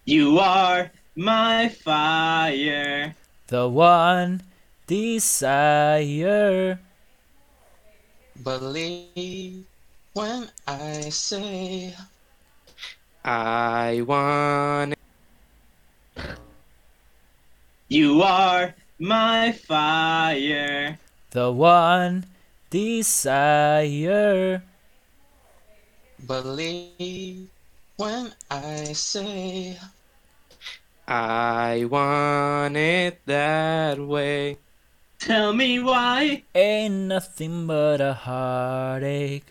You are my fire. The one desire. Believe when I say I want it. You are my fire. The one desire. believe when I say I want it that way. Tell me why. Ain't nothing but a heartache.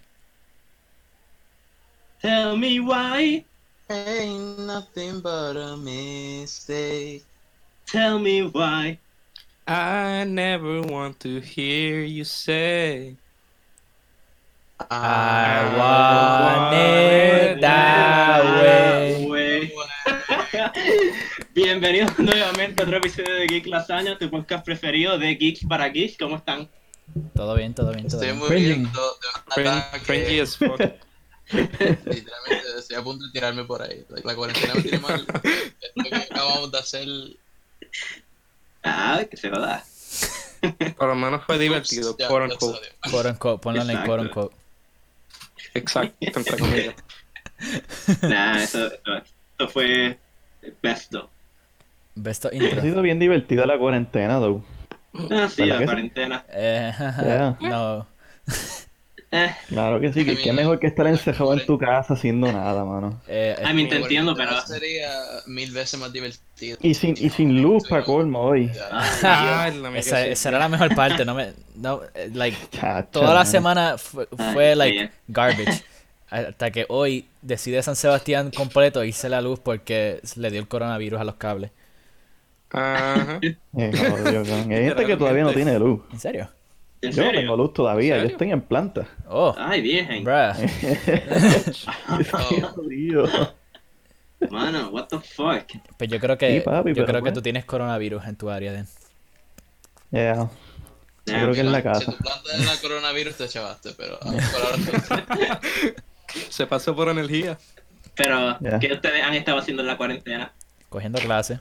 Tell me why. ain't nothing but a mistake. Tell me why. I never want to hear you say I want it that way. Bienvenidos nuevamente a otro episodio de Geek Lasaña, tu podcast preferido de Geeks para Geeks. ¿Cómo están? Todo bien, todo bien, todo Estoy bien. muriendo de un ataque. cringy as fuck. Literalmente estoy a punto de tirarme por ahí. La cuarentena me tiene mal. Esto que acabamos de hacer. Ah, que se lo da. Por lo menos fue divertido, Ya, quote ya unquote. salió. Quote unquote, ponlo en el Exacto. quote unquote. Exacto, entre comillas. Nah, eso fue besto. Best of Ha intro. sido bien divertida la cuarentena, though. Ah, sí, ¿Verdad la que sí? cuarentena. Yeah. No. Claro que sí, que qué mejor que estar encerrado en tu casa haciendo nada, mano. I mean, te entiendo, pero... Sería 1000 veces más divertido. Y sin luz para colmo hoy. Ay, la mía que sí. Esa era la mejor parte, like, Chacha, toda la man. semana fue Ay, like sí. garbage. Hasta que hoy decide San Sebastián completo irse la luz porque le dio el coronavirus a los cables. Ajá. Jodido, man. Hay gente que todavía no tiene luz. ¿En serio? ¿En Yo no tengo serio? luz todavía, ¿En yo serio? estoy en planta. Oh, Ay, virgen. bruh. Qué jodido. Mano, what the fuck? Pues yo creo que Sí, papi, yo pero creo que pues. tú tienes coronavirus en tu área, Den. Yeah. Yo creo que en la Si casa. tu planta es la coronavirus te chavaste, pero por ahora Se pasó por energía. Pero, Ya. ¿qué ustedes han estado haciendo en la cuarentena? Cogiendo clase.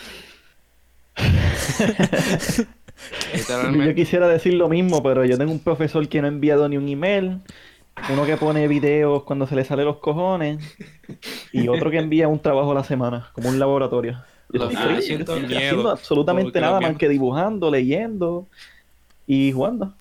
Yo Literalmente. quisiera decir lo mismo, pero yo tengo un profesor que no ha enviado ni un email, uno que pone videos cuando se le sale los cojones, y otro que envía un trabajo a la semana, como un laboratorio. Yo Los estoy Ah, feliz, siento yo estoy miedo, haciendo absolutamente porque nada los más míos- que dibujando, leyendo y jugando.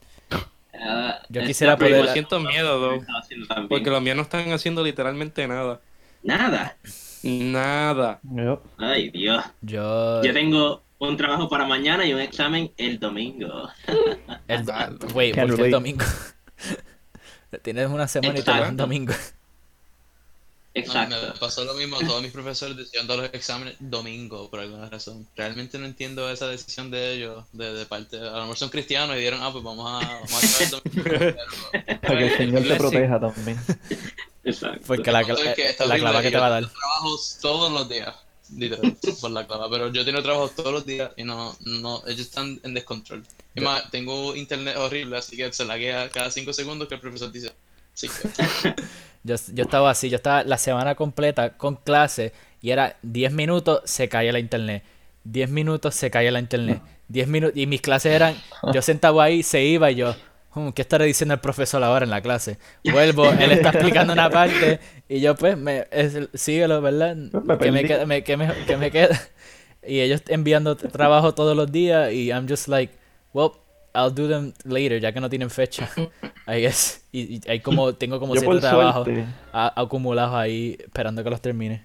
Yo Es quisiera la poder- primera Yo siento miedo, cosa que though, estaba haciendo también. porque los míos no están haciendo literalmente nada. Nada. Nada. Yo- Ay, Dios. Yo Yo tengo un trabajo para mañana y un examen el domingo. wait, Can't ¿por qué el relate. domingo? Tienes una semana y te das un Exacto. domingo. Exacto. me pasó lo mismo. Todos mis profesores decían todos los exámenes domingo por alguna razón. Realmente no entiendo esa decisión de ellos, de parte. A lo mejor son cristianos y dieron, pues vamos a traer el domingo. Pero, Para que el Señor te Blessing. proteja también. Exacto. Porque la, es que está la horrible, clava que te yo va a dar. tengo trabajos todos los días, literal, por la clava. Pero yo tengo trabajos todos los días y no, ellos están en descontrol. Y más, tengo internet horrible, así que se laguea cada 5 segundos que el profesor dice. Sí, Yo estaba así, yo estaba la semana completa con clase y era 10 minutos, se caía la internet. 10 minutos, se caía la internet. 10 minutos, y mis clases eran, yo sentado ahí, se iba y yo, ¿qué estaré diciendo el profesor ahora en la clase? Vuelvo, él está explicando una parte y yo pues, síguelo, ¿verdad? Me ¿Qué me perdí. queda? ¿Qué me queda? Y ellos enviando trabajo todos los días y I'm just like, well, I'll do them later, ya que no tienen fecha, I guess. Y hay tengo como Yo 7 por trabajos suerte, acumulados ahí esperando que los termine.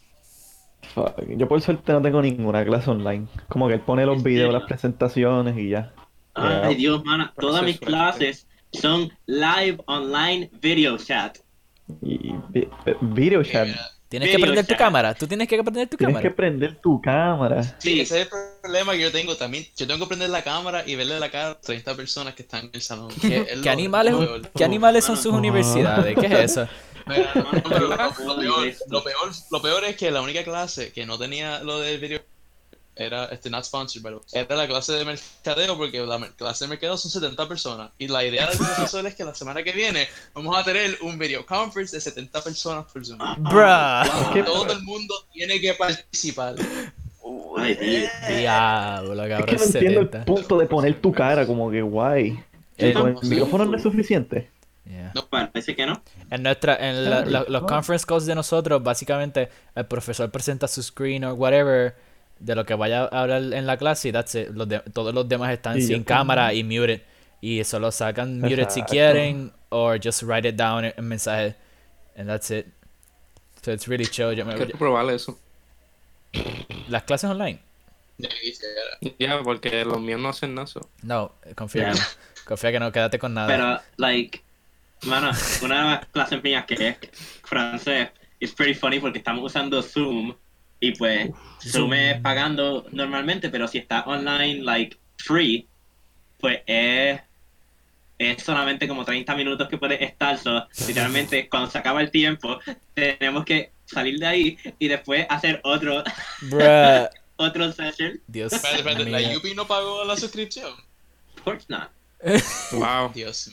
yo por suerte no tengo ninguna clase online. Como que él pone los ¿En videos, serio? las presentaciones y ya. Ay, Dios, mana. Pero Todas eso mis es suerte. clases son live online video chat. Y video chat. Tienes que Video prender tu chat. cámara. Tú tienes que prender tu Tienes cámara. que prender tu cámara. Sí, ese es el problema que yo tengo también. Yo tengo que prender la cámara y verle la cara a 30 personas que están en el salón. ¿Qué, Es qué lo animales, peor. qué animales son Mano. sus universidades? ¿Qué es eso? Mira, no, pero Lo peor. lo peor es que la única clase que no tenía lo del video era not sponsored, pero era la clase de mercadeo, porque clase de mercadeo son 70 personas. Y la idea del profesor es que la semana que viene vamos a tener un video conference de 70 personas por Zoom. Bruh. Todo el mundo tiene que participar. Ay, tío. Diablo, Es cabrón, que no entiendo el 70. punto de poner tu cara como que guay. El- Con el micrófono no es suficiente. Yeah. No, parece que no. Los conference calls de nosotros, básicamente, el profesor presenta su screen o whatever de lo que vaya a hablar en la clase y that's it. Todos los demás están Y ya sin está. cámara y muted. Y solo sacan muted si Exacto. quieren o just write it down en mensaje. And that's it. So it's really chill. Quiero probar eso. Las clases online. Ya quisiera. Ya, porque los míos no hacen eso. No, confía que Yeah. no. Confía que no, quédate con nada. Pero, like, mano, una de las clases mías que es francés, es pretty funny porque estamos usando Zoom y pues Zoom es pagando normalmente, pero si está online, like, free, pues es solamente como 30 minutos que puedes estar. So, literalmente, cuando se acaba el tiempo, tenemos que salir de ahí y después hacer otro session. Dios Espérate, mío. ¿la UP no pagó la suscripción? Of course not. Wow. Dios.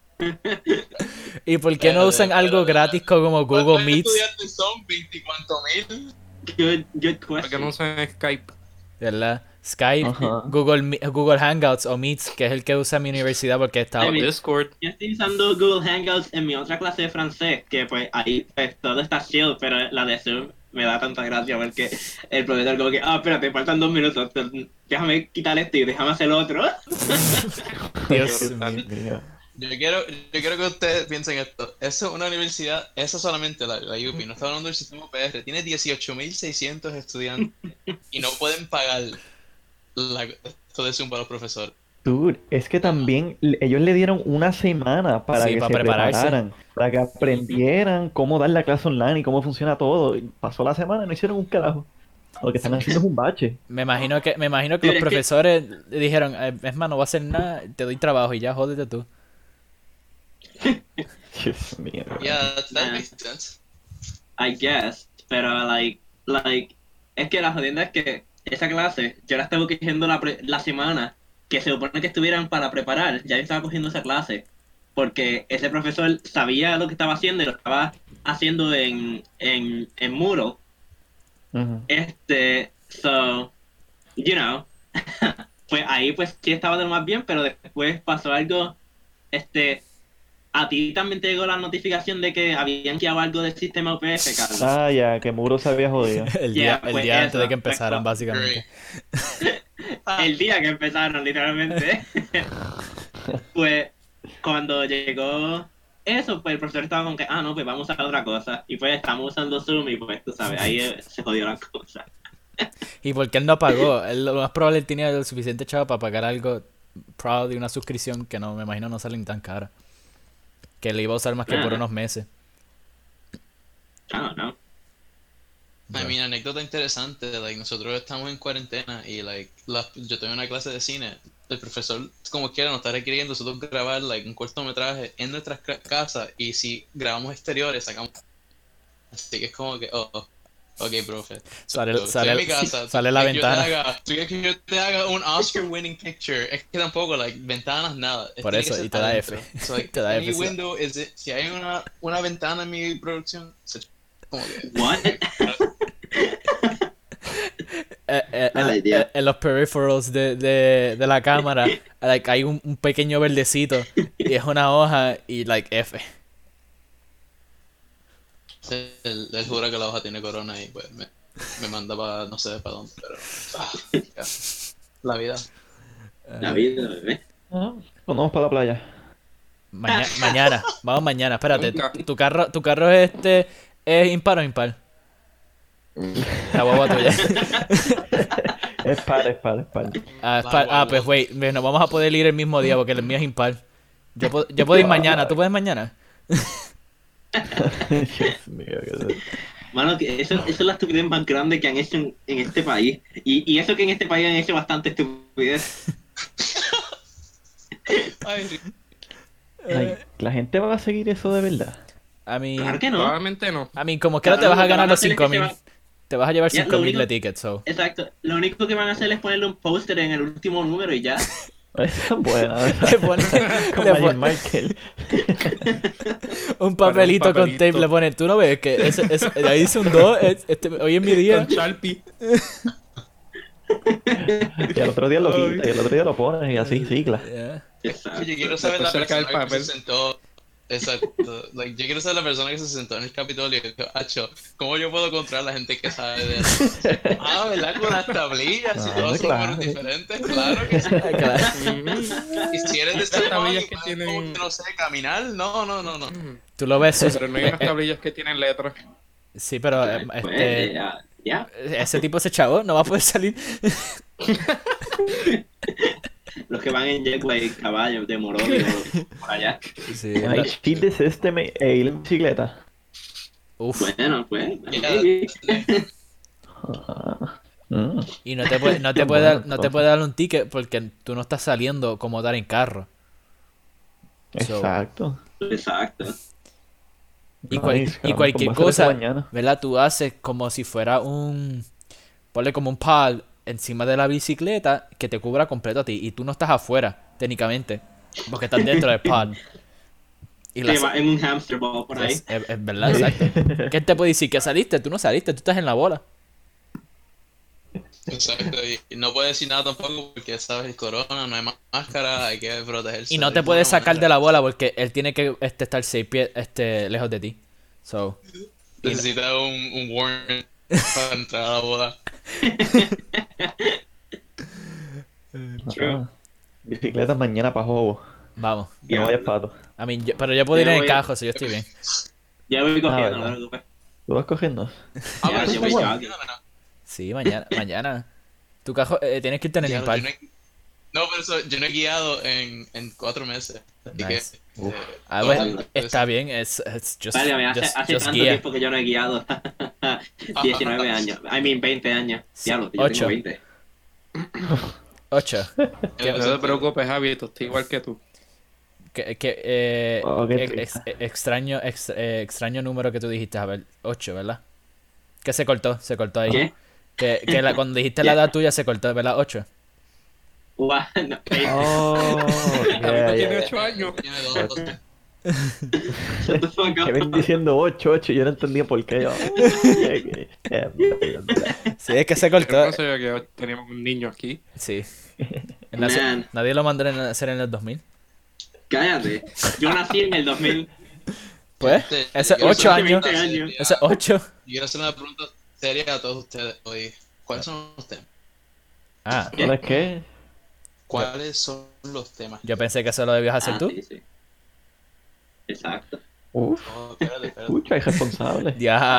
¿Y por qué no usan algo gratis como Google ¿Cuántos Meets? estudiantes son? ¿24,000? Good ¿Por qué no question. usan Skype? ¿Verdad? Skype, Ajá. Google Hangouts o Meets, que es el que usa mi universidad porque está... I mean, Discord. Yo estoy usando Google Hangouts en mi otra clase de francés, que pues ahí pues, todo está chill, pero la de Zoom me da tanta gracia porque el profesor como que, espérate, faltan 2 minutos, déjame quitar esto y déjame hacer otro. Dios Brutal. mío. Mira. Yo quiero que ustedes piensen esto. Eso es una universidad, esa solamente la UP, no está hablando del sistema UPR, tiene 18,600 estudiantes y no pueden pagar esto de Zoom para los profesores. Dude, es que también ellos le dieron una semana para Sí, que para se prepararse. prepararan, para que aprendieran cómo dar la clase online y cómo funciona todo. Y pasó la semana y no hicieron un carajo. Lo que están haciendo es un bache. Me imagino que Mira, los es que- profesores dijeron, es más, no voy a hacer nada, te doy trabajo y ya jódete tú. Dios mío. Yeah, that Yeah. makes sense. I guess, pero like, es que la jodienda es que esa clase, yo la estaba cogiendo la semana que se supone que estuvieran para preparar, ya yo estaba cogiendo esa clase, porque ese profesor sabía lo que estaba haciendo y lo estaba haciendo en Moodle. Ujú. So, you know, pues ahí pues sí estaba de lo más bien, pero después pasó algo, a ti también te llegó la notificación de que habían quitado algo del sistema UPF, Carlos. Ah, ya, que Muro se había jodido. El Yeah, día pues antes eso, de que empezaran, pues, básicamente. El día que empezaron, literalmente. Pues cuando llegó eso, pues el profesor estaba con que, no, pues vamos a hacer otra cosa. Y pues estamos usando Zoom y pues tú sabes, ahí se jodió la cosa. ¿Y por qué él no pagó? Lo más probable él tenía el suficiente chavo para pagar algo proud de una suscripción que no, me imagino no salen tan cara. Que le iba a usar más que por unos meses. I don't know. I mean, anécdota interesante, like, nosotros estamos en cuarentena y like, yo tengo una clase de cine, el profesor como quiera nos está requiriendo nosotros grabar like, un cortometraje en nuestras casas y si grabamos exteriores sacamos, así que es como que, ok, profe, Sale estoy en mi casa, sale la like, ventana. tú quieres que yo te haga un Oscar winning picture, es que tampoco, like, ventanas, nada. Por Tiene que eso, ser y te da adentro. F. So, like, Te da any F, sí. window si hay una ventana en mi producción, como que... What? Ay, Dios. En los peripherals de la cámara like, hay un pequeño verdecito y es una hoja y like F. Él jura que la hoja tiene corona y pues me manda para no sé para dónde, pero ya. La vida. La vida, bebé. Ah, pues vamos para la playa. Mañana, vamos mañana, espérate. Nunca. Tu carro es ¿es impar o impar? La guagua tuya. Es par. Pues wait, no vamos a poder ir el mismo día porque el mío es impar. Yo puedo ir mañana, ¿tú puedes mañana? Dios mío, Mano, que eso es la estupidez más grande que han hecho en este país. Y eso que en este país han hecho bastante estupidez. Ay, Ay, la gente va a seguir eso de verdad. A mí, Claro que no. Probablemente no. como que ahora te vas a ganar los 5,000. Te vas a llevar Ya, 5,000 lo único- de tickets, so. Exacto. Lo único que van a hacer es ponerle un póster en el último número y ya. Esa es buena. Le ponen, Con le Magic pon- Michael. un papelito con papelito. tape, le ponen, tú no ves que ahí dice un 2, hoy es mi día. Con Sharpie. Y al otro día lo quitas, y al otro día lo pones y así, siglas. Yeah. Exacto. Yo quiero saber la Después cerca del persona que se papel. sentó. Exacto. Like, yo quiero saber la persona que se sentó en el Capitolio y dijo, "Acho, ¿cómo yo puedo controlar a la gente que sabe de eso?" Ah, ¿verdad? Con las tablillas y Ah, todos son claro. números diferentes. Claro que sí. Claro. Y si eres de Estas este tablillas que como tienen- que no sé, caminar, no. Tú lo ves, Pero no hay unas tablillas que tienen letras. sí, pero Pues, ya. ese tipo ese chavo no va a poder salir. Los que van en Jetway, caballos de Morovia por allá. Sí, Hay cheat de system e ir en bicicleta. uf. Bueno, pues. Ya, maybe. Ah. Mm. Y no te puede, no te Qué puede, bueno, dar, no te puede dar un ticket porque tú no estás saliendo como tal en carro. So- Exacto. Exacto. Y, Nice, y cualquier pues voy a hacer eso cosa, mañana. ¿verdad? Tú haces como si fuera ponle como un pad encima de la bicicleta que te cubra completo a ti. Y tú no estás afuera, técnicamente. Porque estás dentro del pad. Y Que va en un hamster ball por ahí. es verdad, exacto. ¿Quién te puede decir que saliste? Tú no saliste, tú estás en la bola. exacto. Y no puedes decir nada tampoco porque sabes el corona, no hay máscara, hay que protegerse. Y no te de puedes alguna sacar de manera. la bola porque él tiene que estar 6 pies lejos de ti. So, Necesita un warrant para entrar a la boda. Ajá. Bicicleta mañana para Jobo. vamos. Que no vayas pato. Pero yo puedo ir Ya en el voy. cajo, si yo estoy bien. Ya voy cogiendo, Ah, no te ¿verdad? preocupes. ¿Tú vas cogiendo? Ah, Ya, pero yo voy sí, jogging. Sí, mañana. Tu cajo, tienes que irte en el Ya, impar. yo no, pero eso, yo no he guiado en 4 meses. Así Nice. que. Uf. Ah, todo bueno, el- está bien, es just, Válgame, hace just tanto guía. tiempo que yo no he guiado. 19 años. I mean, 20 años. Diablo, yo 8. tengo 20. 8. ¿Qué? No te preocupes, Javi, estoy igual que tú. Oh, qué triste. Extraño número que tú dijiste, a ver, 8, ¿verdad? Que se cortó ahí. ¿Qué? Cuando dijiste la edad tuya se cortó, ¿verdad? 8. Guau, no, Oh, Javi yeah, no tiene yeah. 8 años. Tiene 2, 2, shut the fuck Que up. ven diciendo 8, 8, yo no entendía por qué. Yo, Sí, es que se Pero cortó. no sabía que teníamos un niño aquí. Sí. Man. Nadie lo mandó a nacer en el 2000. Cállate. Yo nací en el 2000. Pues, ese Yo quiero 8 hacer una años. pregunta seria. Ese 8. Yo quiero hacer una pregunta seria a todos ustedes hoy. ¿Cuáles son los temas? Ah, ¿Sabes qué? ¿Cuáles son los temas? yo pensé que eso lo debías hacer tú. Sí, sí. Exacto. Uf, Oh, espérate. escucha, hay responsable.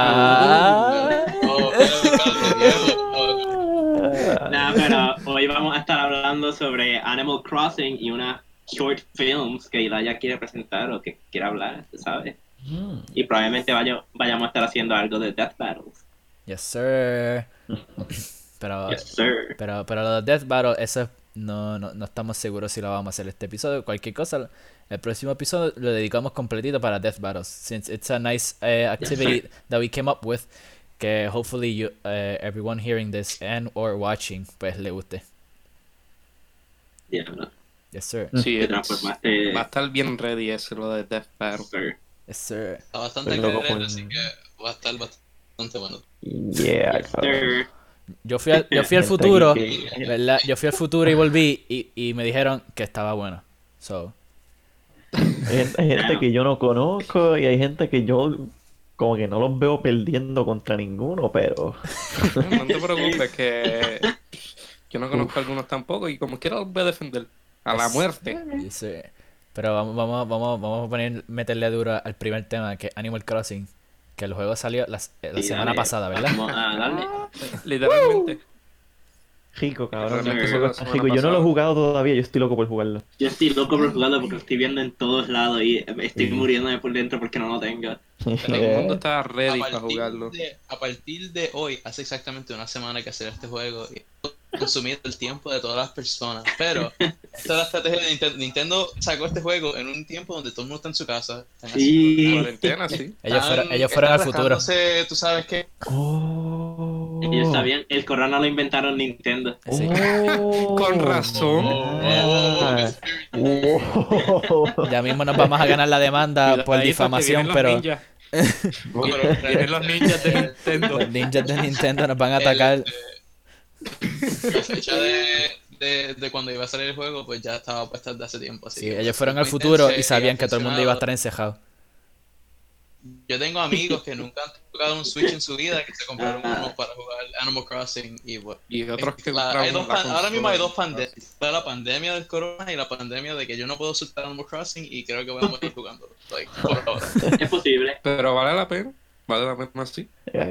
Ya. Oh, espérate, Diego. Oh, Nada, pero hoy vamos a estar hablando sobre Animal Crossing y unas short films que Ilaya quiere presentar o que quiere hablar, ¿sabes? Mm. Y probablemente vayamos a estar haciendo algo de Death Battles. Yes, sir. Pero, Yes, sir. pero lo de Death Battle, eso no estamos seguros si lo vamos a hacer este episodio. Cualquier cosa, el próximo episodio lo dedicamos completito para Death Battles. Since it's a nice activity that we came up with, que hopefully everyone hearing this and or watching, pues le guste. Yeah, no. Yes, sir. Sí, Te transformaste. va a estar bien ready ese lo de Death Battle. Sir. Yes, sir. Está bastante Estoy loco caliente, por- así que va a estar bastante bueno. Yeah, Yes, cabrón. sir. Yo fui al Gente futuro, que- ¿verdad? Yo fui al futuro y volví y me dijeron que estaba bueno. So, Hay gente que yo no conozco y hay gente que yo como que no los veo perdiendo contra ninguno, pero No te preocupes, que yo no conozco a algunos tampoco y como quiera los voy a defender. A la muerte. yes, sir. Pero vamos a meterle duro al primer tema, que es Animal Crossing. Que el juego salió la Sí, semana dale. pasada, ¿verdad? Vamos a darle. Literalmente. rico, cabrón. Realmente Ese fue juego la está semana rico. Yo no lo he pasada. jugado todavía, yo estoy loco por jugarlo. Yo estoy loco por jugarlo porque lo estoy viendo en todos lados y estoy muriéndome por dentro porque no lo tengo. Todo el mundo está ready para jugarlo. A partir de hoy, hace exactamente una semana que hacer este juego y he consumido el tiempo de todas las personas. Pero esta es la estrategia de Nintendo. Nintendo sacó este juego en un tiempo donde todo el mundo está en su casa. Están Sí. Cuarentena, sí. Ellos fueron al futuro. rascándose, tú sabes qué. Oh. ellos sabían, el corona lo inventaron Nintendo. Sí. Con razón. Ah. Oh. Ya mismo nos vamos a ganar la demanda por Cuidadito, que difamación, vienen los pero ninjas. Pero Vienen los ninjas de Nintendo. los ninjas de Nintendo nos van a atacar. la fecha de cuando iba a salir el juego, pues ya estaba puesta desde hace tiempo. Así Sí, que, ellos fueron al muy futuro intenso, y sabían que todo el mundo iba a estar funcionado. encejado. Yo tengo amigos que nunca han tocado un Switch en su vida, que se compraron uno para jugar Animal Crossing y bueno. Y otros que Hay compraron la ahora mismo hay dos consola. pandemias. Está la pandemia del corona y la pandemia de que yo no puedo soltar Animal Crossing y creo que voy a morir jugando. Like, por ahora. Es posible. Pero vale la pena. Vale la pena, sí.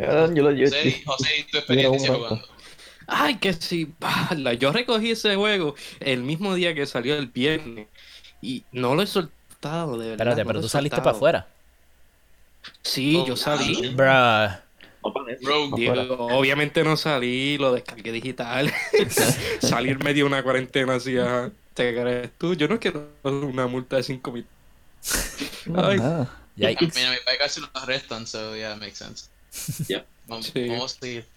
José, ¿y tu experiencia jugando? Ay, que sí. Bala. Yo recogí ese juego el mismo día que salió el viernes. Y no lo he soltado, de verdad. Espérate, no pero lo he tú saliste soltado. para afuera. Sí, yo salí. Bruh. Rogue. Digo, obviamente no salí, lo descargué digital. Salir medio de una cuarentena así, ajá. ¿Te crees tú? Yo no quiero una multa de 5,000. Ay. Nada. Yikes. Mira, mi país casi lo arrestan, so yeah, makes sense. Yep. Vamos, Sí. vamos a seguir.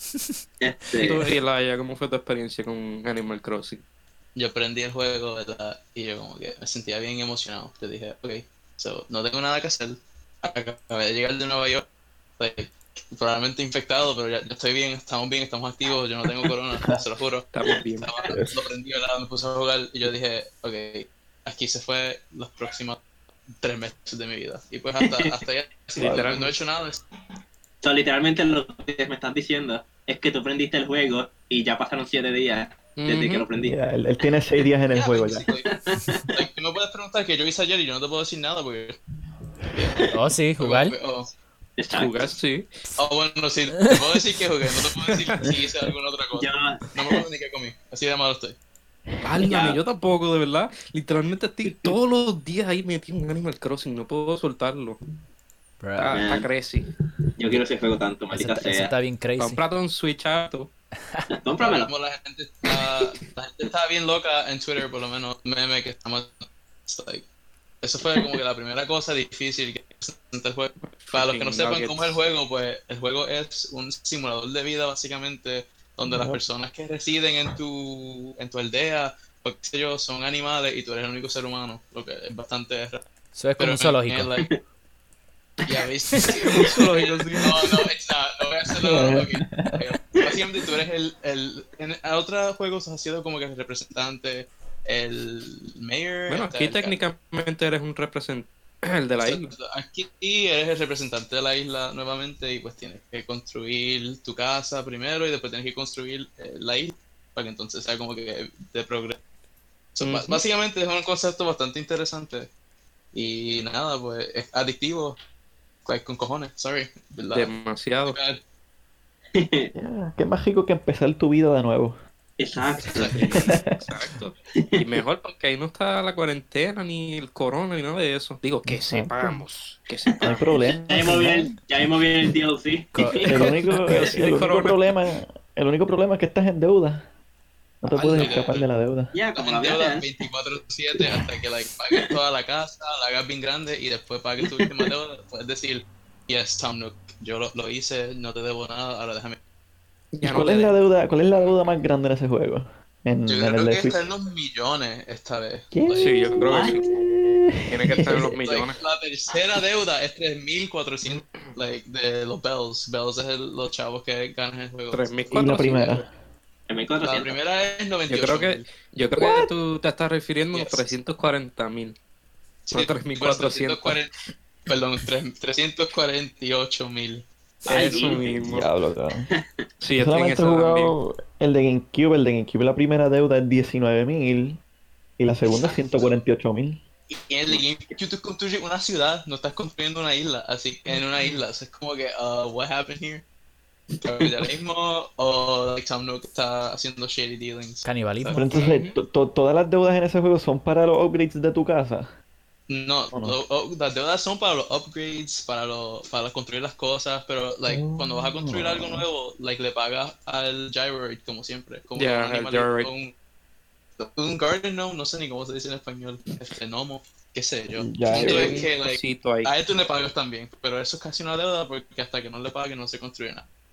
Este, Tú, Elaya, ¿cómo fue tu experiencia con Animal Crossing? Yo prendí el juego, ¿verdad? Y yo como que me sentía bien emocionado. Yo dije, ok, so, no tengo nada que hacer. Acabé de llegar de Nueva York. Like, probablemente infectado, pero ya estoy bien, estamos activos, yo no tengo corona, se lo juro. Estamos bien. Lo prendí, ¿verdad? Me puse a jugar y yo dije, ok, aquí se fue los próximos 3 meses de mi vida. Y pues hasta ya, Literal. no he hecho nada. so, literalmente lo que me estás diciendo es que tú prendiste el juego y ya pasaron 7 días desde que lo prendiste. Yeah, él tiene 6 días en el juego ya. Like, tú me puedes preguntar qué yo hice ayer y yo no te puedo decir nada porque... Oh, sí, jugar. Exacto. Jugar, sí. Bueno, sí, te puedo decir que jugué, no te puedo decir si hice alguna otra cosa. Yo, No me acuerdo ni qué comí, así de malo estoy. Válgame, Ya. yo tampoco, de verdad. Literalmente estoy todos los días ahí metido en Animal Crossing, no puedo soltarlo. Bruh. Está crazy. yo quiero ese juego tanto, Eso, maldita eso sea. está bien crazy. Comprate un switchato. Cómpramelo. Como la gente está bien loca en Twitter, por lo menos, meme que estamos... Like, eso fue como que la primera cosa difícil que presenta el juego. Para los que no sepan cómo es el juego, pues el juego es un simulador de vida básicamente, donde las personas que residen en tu aldea, o qué sé yo, son animales y tú eres el único ser humano, lo que es bastante raro. Eso es como un zoológico. Like, ya ves, Un zoológico, sí. no, it's not, no voy a hacerlo. Okay. Básicamente tú eres en otros juegos has sido como que el representante, el mayor. Bueno, aquí técnicamente eres un representante, el de la isla. Aquí eres el representante de la isla nuevamente y pues tienes que construir tu casa primero y después tienes que construir la isla para que entonces sea como que de progreso. Básicamente es un concepto bastante interesante y nada, pues es adictivo, like, con cojones, sorry, ¿verdad? Demasiado. Yeah, qué más rico que empezar tu vida de nuevo. Exacto. Exacto. Y mejor porque ahí no está la cuarentena, ni el corona, ni nada de eso. Digo, que Exacto. sepamos. Que No hay sepamos. problema. Ya mismo viene el DLC. El único problema es que estás en deuda. No te puedes escapar de la deuda. Ya, como la en deuda verdad. 24/7 hasta que like, pagues toda la casa, la hagas bien grande y después pagues tu última deuda. Puedes decir, yes, Tom Nook, yo lo hice, no te debo nada, ahora déjame. Ya no ¿Cuál te es de- la deuda? ¿Cuál es la deuda más grande en ese juego? En Yo el creo de que Switch. está en los millones esta vez. ¿Qué? Sí, yo creo que sí. ¿Qué? Tiene que estar en los Like, millones. la tercera deuda es 3.400 like, de los Bells. Bells es los chavos que ganan el juego. 3.400. Y la primera. En La 1400. primera es 98. Yo creo que tú te estás refiriendo a Yes. 340.000. Sí, No 3.400. 340, perdón, 348.000. Ay, Eso sí. mismo. Diablo, cabrón. Sí, Yo estoy en solamente he esa también. jugado el de GameCube. El de GameCube, la primera deuda es 19.000 y la segunda es 148.000. Y en el GameCube tú construyes una ciudad, no estás construyendo una isla, así en una isla. O sea, es como que, what happened here? ¿Capitalismo o like, Tom Nook está haciendo shady dealings? Canibalismo. Pero entonces, todas las deudas en ese juego son para los upgrades de tu casa. No, ¿O no? las deudas son para los upgrades, para construir las cosas, pero like, cuando vas a construir algo nuevo, like, le pagas al Gyroid, como siempre. Como Ya, un al animalito, Gyroid. un Garden Gnome, no sé ni cómo se dice en español, gnomo, qué sé yo. Ya, El punto ya. es que like, Cosito ahí. a él tú le pagas también, pero eso es casi una deuda porque hasta que no le pagues no se construye nada.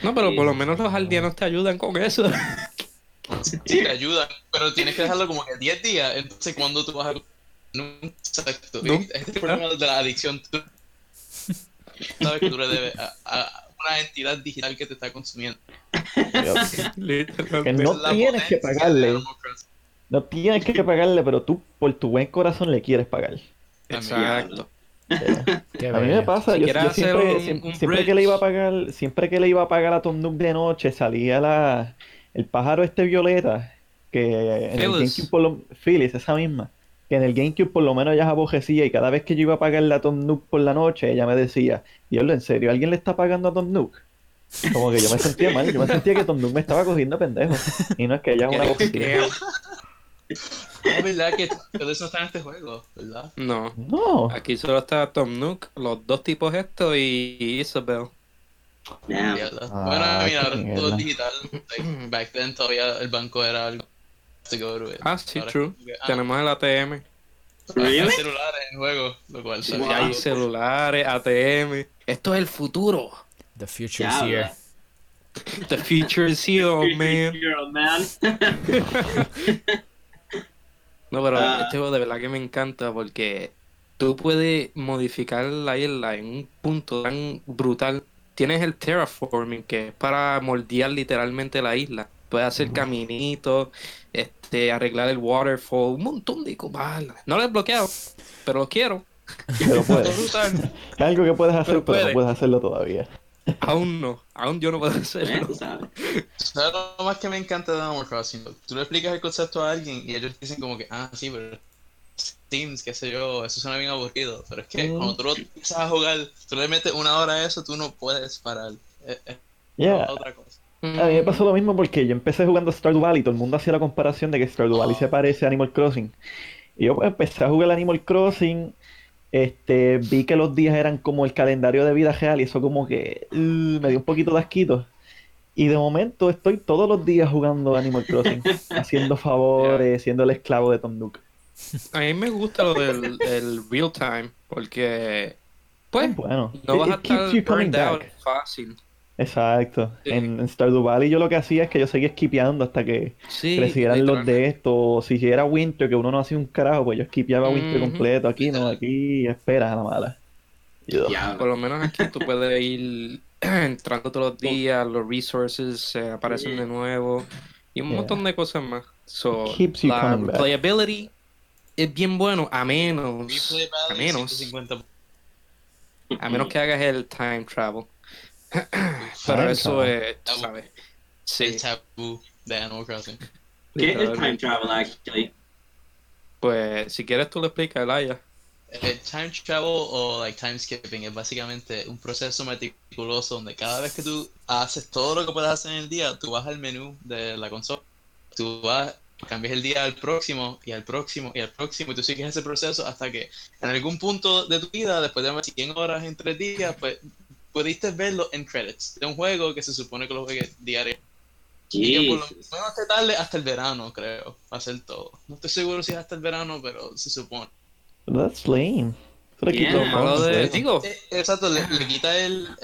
No, pero por lo menos los aldeanos te ayudan con eso. Sí, te ayuda, pero tienes que dejarlo como que 10 días. Entonces, cuando tú vas a. Exacto. No. Este es el problema de la adicción. Tú sabes que tú le debes a una entidad digital que te está consumiendo. Que Literalmente. no Es la tienes que potencia de pagarle. Animal Crossing. No tienes que pagarle, pero tú por tu buen corazón le quieres pagar. Exacto. Qué A mí me bello. pasa, Si yo, quieres yo hacer siempre, un siempre que le bridge. iba a pagar, siempre que le iba a pagar a Tom Nook de noche, salía el pájaro este violeta, que en el Phyllis. GameCube Phyllis, esa misma, que en el GameCube por lo menos ella se abojecía y cada vez que yo iba a pagarle a Tom Nook por la noche, ella me decía, Diablo, ¿en serio? ¿Alguien le está pagando a Tom Nook? Como que yo me sentía mal, yo me sentía que Tom Nook me estaba cogiendo pendejo. Y no es que ella es una abogacía. Es verdad que todo eso no está en este juego, ¿verdad? No. No. Aquí solo está Tom Nook, los dos tipos estos y Isabel. Damn. Mierda. Ah, Bueno, mira, ahora qué todo mierda. es digital. Like, back then todavía el banco era algo to go to it. Ah, sí, Ahora es true. como que, Tenemos el ATM. hay Really? celulares en juego, lo cual Sí, sabía hay algo. celulares, ATM. Esto es el futuro. The future is Diablo. here. The future is here, old man. Girl, man. No, pero Ah. este juego de verdad que me encanta porque tú puedes modificar la isla en un punto tan brutal. Tienes el terraforming, que es para moldear literalmente la isla. Puedes hacer caminitos, arreglar el waterfall, un montón de cosas. No lo he bloqueado, pero lo quiero. Pero Está puedes. brutal. Es algo que puedes hacer, Pero pero no puede. puedes hacerlo todavía. Aún no, aún yo no puedo hacerlo. Tú sabes. ¿Sabes lo más que me encanta de Animal Crossing? Tú le explicas el concepto a alguien y ellos dicen como que, sí, pero Sims, qué sé yo, eso suena bien aburrido. Pero es que cuando tú lo empiezas a jugar, tú le metes 1 hora a eso, tú no puedes parar. Es Yeah. otra cosa. A mí me pasó lo mismo porque yo empecé jugando Stardew Valley, todo el mundo hacía la comparación de que Stardew Valley se parece a Animal Crossing. Y yo pues empecé a jugar Animal Crossing, vi que los días eran como el calendario de vida real y eso como que me dio un poquito de asquito. Y de momento estoy todos los días jugando Animal Crossing, haciendo favores, siendo el esclavo de Tom Nook. A mí me gusta lo del el real time porque, pues, Bueno, no vas a it keeps estar you coming burned out back. fácil. Exacto. Sí. En Stardew Valley yo lo que hacía es que yo seguía skipeando hasta que Sí, crecieran los literalmente. de estos. O si era Winter, que uno no hacía un carajo, pues yo skipeaba Winter Ujú. completo. Aquí no, aquí esperas a la mala. Ugh. Por Diablo. lo menos aquí tú puedes ir entrando todos los días, los resources aparecen de nuevo y un Yeah. montón de cosas más. So, Keeps you la coming back. replayability es bien bueno, a menos Replay value 150. que hagas el time travel. Pero Time eso travel. es, tú sabes. El Sí, tabú de Animal Crossing. ¿Qué es el time literalmente. travel, actually? Pues si quieres tú lo explicas, Elaya. El time travel o like time skipping es básicamente un proceso meticuloso donde cada vez que tú haces todo lo que puedes hacer en el día, tú vas al menú de la consola, tú vas, cambias el día al próximo y al próximo y al próximo y tú sigues ese proceso hasta que en algún punto de tu vida, después de 100 horas en 3 días, pues pudiste verlo en credits de un juego que se supone que lo juegues diario. Y que por lo Jesus. menos te tarde hasta el verano, creo, hacer todo. No estoy seguro si es hasta el verano, pero se supone. That's lame. Eso le quita Yeah. Lo el malo fun, de, pues. digo, Exacto, le quita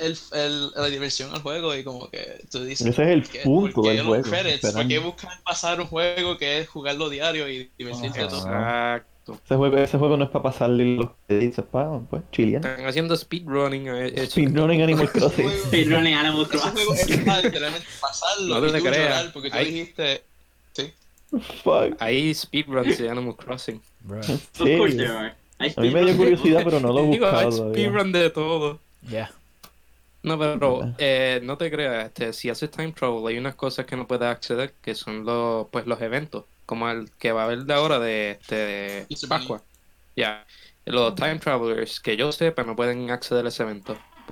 la diversión al juego y como que tú dices, Ese es el ¿por qué- punto por qué del los juego, credits? ¿Por esperar. qué buscan pasar un juego que es jugarlo diario y divertirse Ajá. todo? exacto. Ese juego no es para pasarle los credits, es para pues, chilear. Están haciendo speedrunning. Speedrunning Animal Crossing. Speedrunning Animal Ese Crossing. juego es para literalmente pasarlo No y te tú creas. llorar porque tú Ay. dijiste, sí. Fuck. Hay speedruns de Animal Crossing. Bro. ¿En Of course there serio? are. Hay A mí me dio speedruns. curiosidad, pero no lo he Digo, hay buscado todavía. speedrun de todo. Yeah. No, pero no te creas, si haces time travel hay unas cosas que no puedes acceder, que son los eventos, como el que va a haber de ahora de Easter Pascua. Ya, los time travelers, que yo sepa, no pueden acceder a ese evento,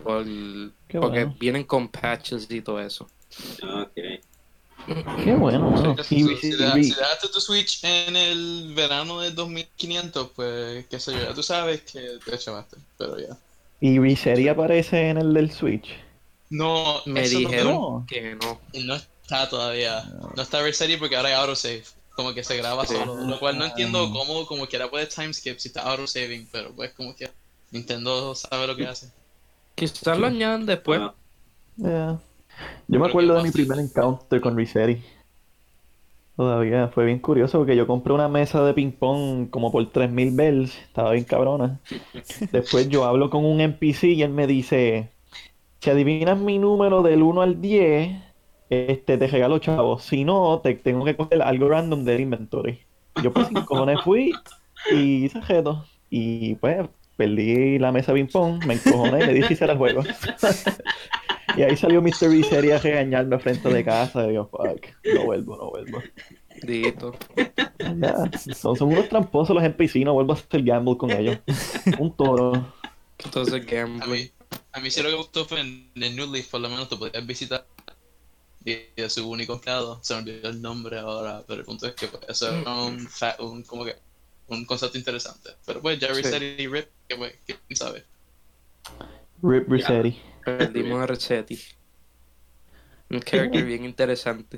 Qué porque bueno. vienen con patches y todo eso. Okay. Qué bueno, mano. Si Y- si y- dejaste tu Switch en el verano del 2500, pues qué sé yo, ya tú sabes que te chavaste, pero ya. Y Resetti aparece en el del Switch. No, Me eso no dijeron no. que no. No está todavía. No está ready porque ahora hay autosave. Como que se graba solo. Lo cual no entiendo cómo como quiera puede timeskip si está autosaving, pero pues como que Nintendo sabe lo que hace. Quizás lo añadan después. Well, Yeah. Yo me Pero acuerdo qué de mi primer encounter con Resetti. Todavía fue bien curioso porque yo compré una mesa de ping pong como por 3000 bells. Estaba bien cabrona. Después yo hablo con un NPC y él me dice, si adivinas mi número del 1 al 10, te regalo chavos. Si no, te tengo que coger algo random del inventory. Yo pues sin cojones fui y hice reto. Y pues perdí la mesa de ping pong, me encojoné y le dije que hiciera el juego. Y ahí salió Mr. Resetti a regañarme frente de casa. Y yo, fuck, no vuelvo. Dito. Ya, son unos tramposos los NPC, no vuelvo a hacer gamble con ellos. Un toro. Entonces, A gambling. mí, a mí sí lo que me gustó fue en New Leaf, por lo menos tú podías visitar y a su único empleado, se me olvidó el nombre ahora, pero el punto es que puede ser como que un concepto interesante. Pero pues ya Sí. Reset y Rip, que pues, quién sabe. Rip Resetti. Perdimos a Resetti. Un character bien interesante.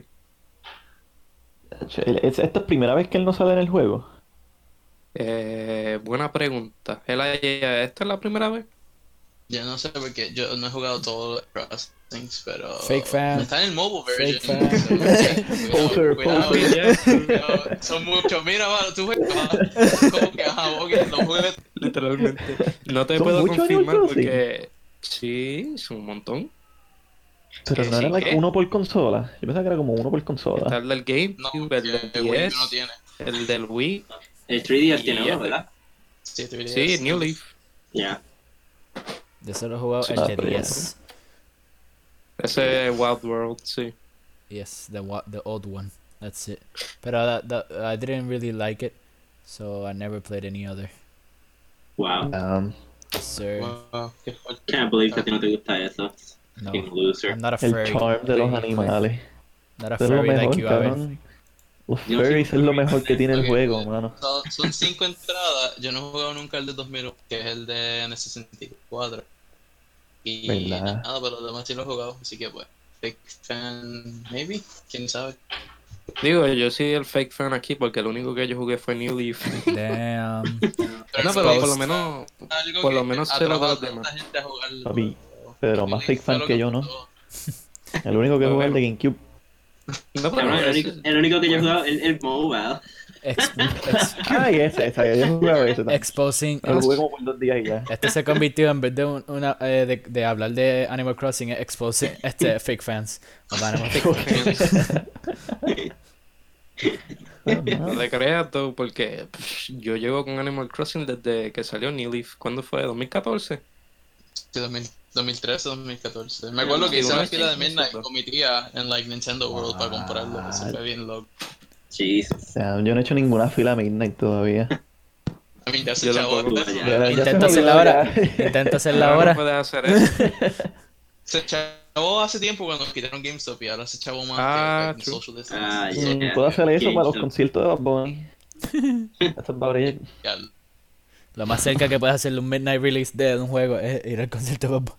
¿Esta es primera vez que él no sale en el juego? Buena pregunta. ¿Esta es la primera vez? Ya no sé porque yo no he jugado todo los Crossings, pero Fake fan. está en el mobile Fake version. fan. Poser, Cuidado, poser. son muchos. Mira, mano, tú juegas. Como que, ajá, ok, los juegues. Literalmente. No te ¿Son puedo muchos confirmar Animal Crossing? porque... Sí, son un montón. Pero ¿Qué? no era ¿Sí? like ¿Qué? uno por consola. Yo pensaba que era como uno por Está consola. el del No, GameCube, el del el Wii 10, no tiene. el del Wii. El 3DS tiene Y- uno, ¿verdad? Sí, 3DS. Sí, New Leaf. Ya. Yo solo he jugado el Ah, de pero ya. 10. Ese Wild World, sí. Yes, the old one. That's it. Pero I didn't really like it, so I never played any other. Wow. Yes, sir. Wow, qué fuerte. Can't believe que a ti no te gusta eso. No, Fucking loser. I'm not a El furry. charm de los animales. Not a Eso es lo furry like mejor, you, Aben. cabrón. Los Yo no soy furries es lo mejor que tiene el Ok, juego, pues, mano. Son 5 entradas. Yo no he jugado nunca el de 2001, que es el de N64. Y ¿Verdad? nada, pero los demás sí lo he jugado. Así que pues, Fake Fan, maybe, quién sabe. Digo, yo soy el fake fan aquí porque lo único que yo jugué fue New Leaf. Damn. Pero No, pero por lo Exposed. menos... algo Por lo que menos sé atrapa lo de a los tanta demás. gente a jugar el Papi, juego. pero New más Leaf fake fan fue lo que yo, ¿no? gustó. El único que Lo juega es el de vemos. GameCube. No, Cabrón, pero el único que yo he jugado es el mobile. Ay, esa, yo jugaba ese también. Exposing. Lo jugué como por 2 días y ya. Este se convirtió en vez de de hablar de Animal Crossing, exposing fake fans of Animal Crossing. no te creas tú, porque yo llevo con Animal Crossing desde que salió New Leaf. ¿Cuándo fue? ¿2014? Sí, 2013, 2014. Me acuerdo que hice Igual la fila de sí, Midnight exacto. con mi tía en like Nintendo World para comprarlo. Eso fue bien loco. Jesus. O sea, yo no he hecho ninguna fila Midnight todavía. A mí ya se Yo chavó tampoco. eso. Ya Intenta se me hacerla olvidó ahora. ya. Intenta hacerla Ahora no ahora. puedes hacer eso. Se chavó hace tiempo cuando quitaron GameStop y ahora se chavó más Ah, que like, true. social distance. Ah, Mm, yeah. Puedo hacer eso para los GameStop. conciertos de Bad Bunny. That's about it. Ya, Lo más cerca que puedes hacerle un midnight release de un juego es ir al concierto de Bob.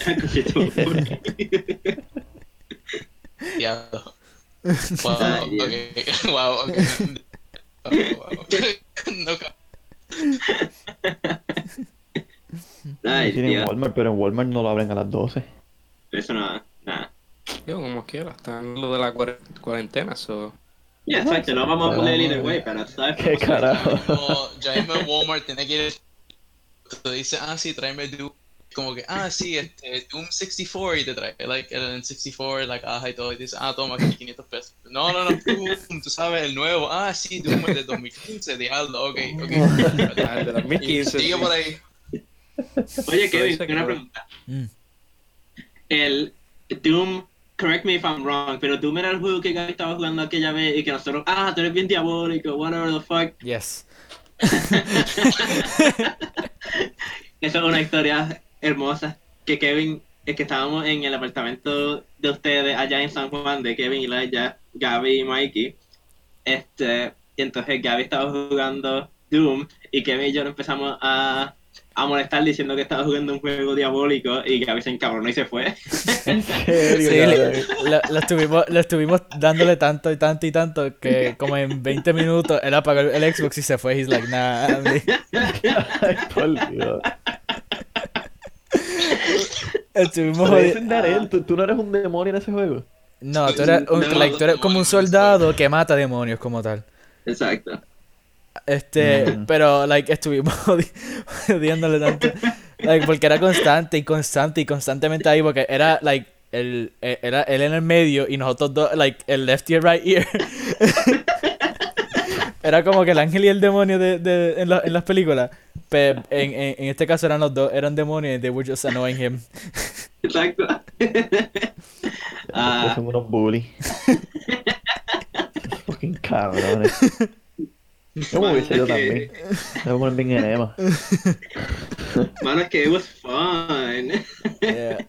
ya. Wow, Ay, Dios. ok. Wow, ok. Wow. No, Ay, Tienen tío. Walmart, pero en Walmart no lo abren a las 12. Eso no, nada. Yo como quiera, está en lo de la cuarentena, so... Ya, exacto, no vamos a poner either way, pero sabes ¿Qué cómo son. carajo? ya mismo en Walmart tiene que ir. Te dice, ah, sí, tráeme Doom. Como que, ah, sí, Doom 64 y te trae, like, el N64, la caja y todo. Y dice, ah, toma, aquí 500 pesos. No, Doom, tú sabes, el nuevo. Ah, sí, Doom es de 2015, diablo, ok. Ah, el de 2015. Sigue sí. por ahí. Oye, Kevin, dice que una no. pregunta. Mm. El Doom, correct me if I'm wrong, pero Doom era el juego que Gaby estaba jugando aquella vez y que nosotros, ah, tú eres bien diabólico, whatever the fuck. Yes. Eso es una historia hermosa. Que Kevin, es que estábamos en el apartamento de ustedes allá en San Juan, de Kevin y Laia, Gaby y Mikey. Y entonces Gaby estaba jugando Doom y Kevin y yo nos empezamos a molestar diciendo que estaba jugando un juego diabólico y Gaby se encabronó y se fue. ¿En serio? Sí, cabrón? lo estuvimos dándole tanto y tanto y tanto que como en 20 minutos él apagó el Xbox y se fue. He's like, nah. Ay, por Dios. Estuvimos Pero ese es jodiendo. Darel, tú no eres un demonio en ese juego. No, tú eres, No, tú eres como un soldado que mata demonios como tal. Exacto. Pero, like, estuvimos jodiéndole tanto. Like, porque era constante y constante y constantemente ahí, porque era, like, era él en el medio y nosotros dos, like, el left ear, right ear. Era como que el ángel y el demonio en las películas. Pero en este caso eran los dos, eran demonios y they were just annoying him. Exacto. Ustedes son unos bullies. Fucking cabrones. ¿Cómo hubiese yo también? Me voy a poner bien enema. Mano, es que it was fun. Yeah.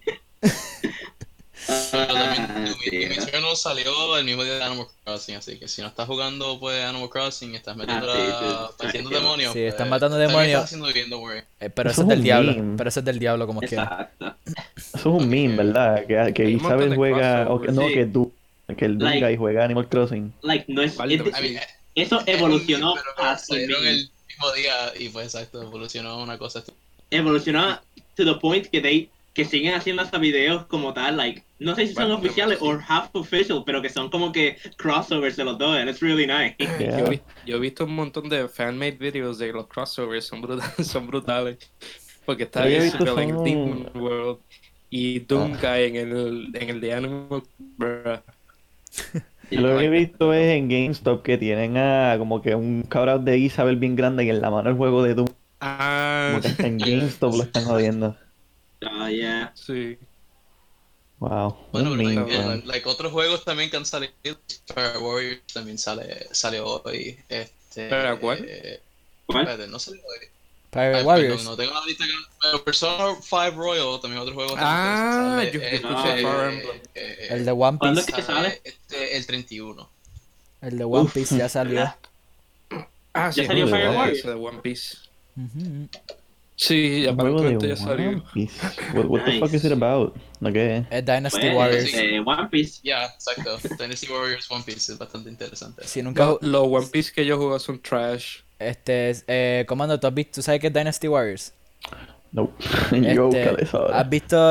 Pero también Tío. Doom Eternal salió el mismo día de Animal Crossing, así que si no estás jugando pues Animal Crossing y estás metiendo sí, metiendo sí. demonios, Sí, pues, están matando también demonios. estás haciendo bien, don't worry. Pero Eso eso es es del un diablo. meme. Pero eso es del diablo como quiera. Exacto. Eso es un meme, ¿verdad? Que Hay un montón Isabel de juega. crossovers. No, Sí. que el Doom Like- Guy juega Animal Crossing. Like, no es. Vale, es de- I mean, eso es un evolucionó meme, pero a su salieron meme. el mismo día y pues exacto, evolucionó a una cosa Evolucionó to the point que siguen haciendo hasta videos como tal, like, no sé si son Bueno, oficiales sí. o half official, pero que son como que crossovers de los dos, and it's really nice. Yeah. Yo he visto un montón de fan-made videos de los crossovers, son brutales. Porque está Pero yo he ahí visto Super like son- Demon World y Doom Guy en el de Animal. Bruh. Yo lo que he visto es en GameStop que tienen a como que un cabrón de Isabel bien grande y en la mano el juego de Doom. Ah, Como que hasta en GameStop lo están jodiendo. Yeah. sí. Wow. Bueno, un pero meme, like, weón. like, otros juegos también que han salido, Fire Warriors también salió hoy. ¿Pero cuál? ¿Cuál? Espérate, no salió hoy. Pirate Ay, Warriors. perdón, no tengo la lista pero Persona 5 Royal, también otro juego. Ah, también que yo sale, escuché Fire Emblem. El de One ¿Cuándo Piece. es que sale? El 31. El de One Piece ya salió. Ah, sí, ¿Ya salió Fire ese Warriors? de One Piece. Ujú. Sí, Un juego de aparentemente ya salió. One Piece. What the fuck is Nice. it about? ¿No qué? Es Dynasty Pues, Warriors. One Piece. Ya, exacto. Dynasty Warriors One Piece es bastante interesante. Si nunca Los One Piece que yo juego son trash. Comando, ¿tú sabes qué es Dynasty Warriors? No. Yo buscaré eso ahora. ¿Has visto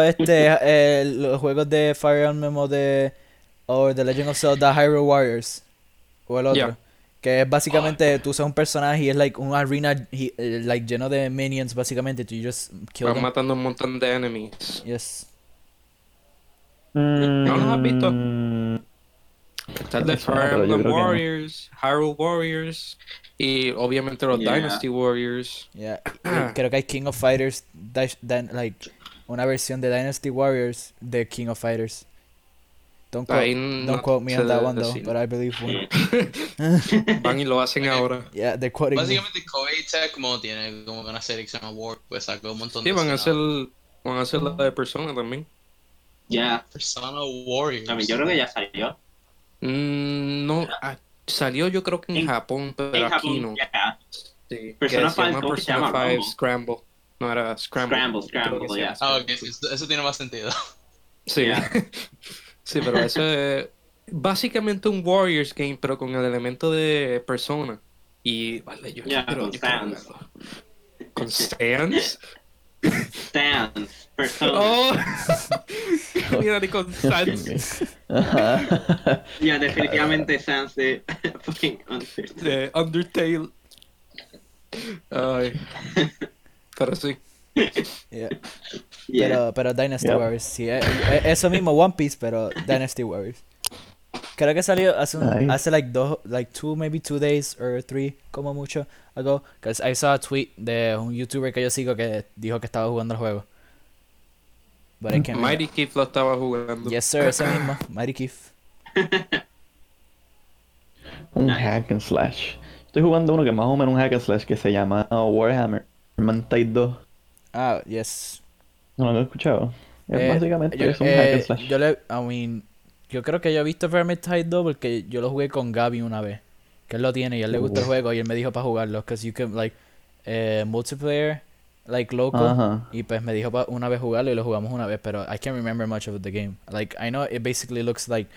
los juegos de Fire Emblem o The Legend of Zelda Hyrule Warriors? O el otro. Yeah. Que es básicamente tú usas un personaje y es like un arena like lleno de minions básicamente. You just kill Van them. matando un montón de enemies. Yes. ¿No los has visto? Mm, Está el de Me suena, Fire pero yo Emblem creo que no. Warriors, Hyrule Warriors y obviamente los Yeah. Dynasty Warriors. Yeah. Y creo que hay King of Fighters, like una versión de Dynasty Warriors de King of Fighters. Don't quote, Ahí don't no quote me sé on that one though, decir. but I believe one. Van y lo hacen ahora. Yeah, they're quoting me. Básicamente Koei Tecmo tiene como que una serie que se llama War, pues sacó un montón Sí, de van a hacer la de Persona también. Ya. Persona Warriors. I mean, yo creo que ya salió. No, salió yo creo que en En- Japón, pero En aquí Japón, no. ya. Sí, Persona que se 5, llama ¿cómo se Persona llama? 5 Rumble. Scramble. No era Scramble. Scramble, Creo que se ya. llama Ah, ok, Scramble, sí, sí. eso tiene más sentido. Sí. Yeah. Sí, pero eso es básicamente un Warriors game, pero con el elemento de Persona. Y vale, yo Yeah, quiero con stands. jugarlo. ¿Con stands? Stands. Persona. ¡Oh! Mira, ni con stands. Ajá. Ya, definitivamente Sans de fucking Undertale. De Undertale. Ay. Pero sí. Yeah. Yeah. Pero Dynasty Yep. Warriors, sí, eso mismo One Piece, pero Dynasty Warriors. Creo que salió Nice. hace like 2 days or 3 como mucho ago, because I saw a tweet de un YouTuber que yo sigo que dijo que estaba jugando el juego. But I can't Mighty Keith lo estaba jugando. Yes sir, ese mismo, Mighty Keith. Un Nice. hack and slash. Estoy jugando uno que es más o menos un hack and slash que se llama Warhammer. Vermintide 2. Ah, yes. No lo he escuchado. Es Eh, básicamente yo, es un hack and slash. yo creo que yo he visto Vermintide 2 porque yo lo jugué con Gaby una vez. Que él lo tiene y a él le gusta el juego y él me dijo para jugarlo. Because you can, like, multiplayer, like, local. Ajá. Y pues me dijo una vez jugarlo y lo jugamos una vez, pero I can't remember much of the game. Like, I know it basically looks like,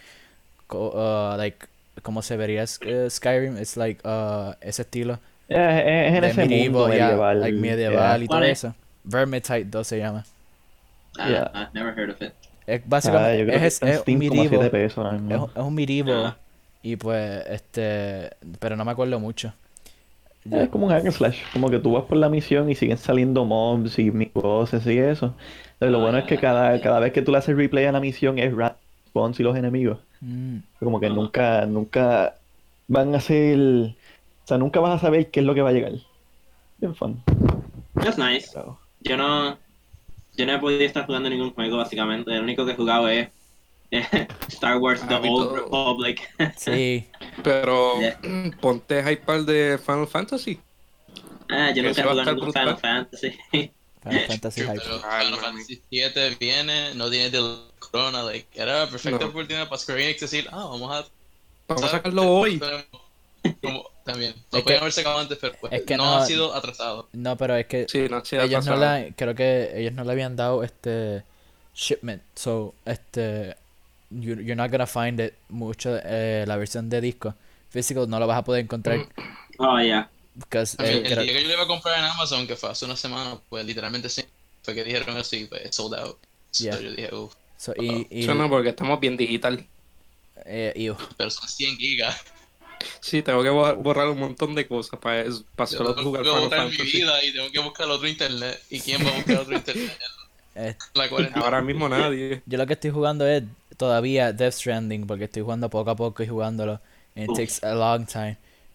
como se vería Skyrim. It's like, ese estilo Es en de ese mundo medieval, yeah, medieval. like medieval y todo ¿Cuál es? eso. Vermintide 2 se llama. Yeah. I've never heard of it. Es Yo básicamente, creo que es, está en es un Steam como a Medieval, 7 pesos ahora mismo. es un Medieval, Ah. y pues, pero no me acuerdo mucho. Es como un hack and slash, como que tú vas por la misión y siguen saliendo mobs y cosas y eso. Entonces, lo bueno es que cada vez que tú le haces replay a la misión es random spawns y los enemigos. Mm, Como que Ajá. nunca van a ser... O sea, nunca vas a saber qué es lo que va a llegar. Bien fun. That's nice. Pero- Yo no he podido estar jugando ningún juego, básicamente. El único que he jugado es Star Wars The A mí Old todo. Republic. sí, Pero Yeah. ponte a hypar de Final Fantasy. Yo Que nunca ese he va a jugado estar ningún brutal. Final Fantasy. Final Fantasy True, Hype. pero Ay, Final mami. Fantasy 7 viene, no tiene de corona, like, era la perfecta No. oportunidad para Square Enix decir, vamos a Vamos a sacarlo hoy. Como, también, Es lo que- podían haber sacado antes, pero pues, es que no no- ha sido atrasado. No, pero es que Sí, no, sí, ellos no atrasado. creo que ellos no le habían dado shipment, so you're not gonna find it mucho la versión de disco physical no lo vas a poder encontrar Oh, yeah. because También, el creo- día que yo le iba a comprar en Amazon, que fue hace una semana, pues literalmente sí, fue que dijeron eso y pues sold out. So, Yeah. yo dije, so, y Eso no, porque estamos bien digital. y- pero son 100 gigas. Sí, tengo que borrar un montón de cosas para Yo solo tengo jugar que Final buscar mi Fantasy. vida y tengo que buscar otro internet. ¿Y quién va a buscar otro internet eh, en la cuarentena? Ahora mismo nadie. yo lo que estoy jugando es todavía Death Stranding porque estoy jugando poco a poco y jugándolo and it Uf. takes a long time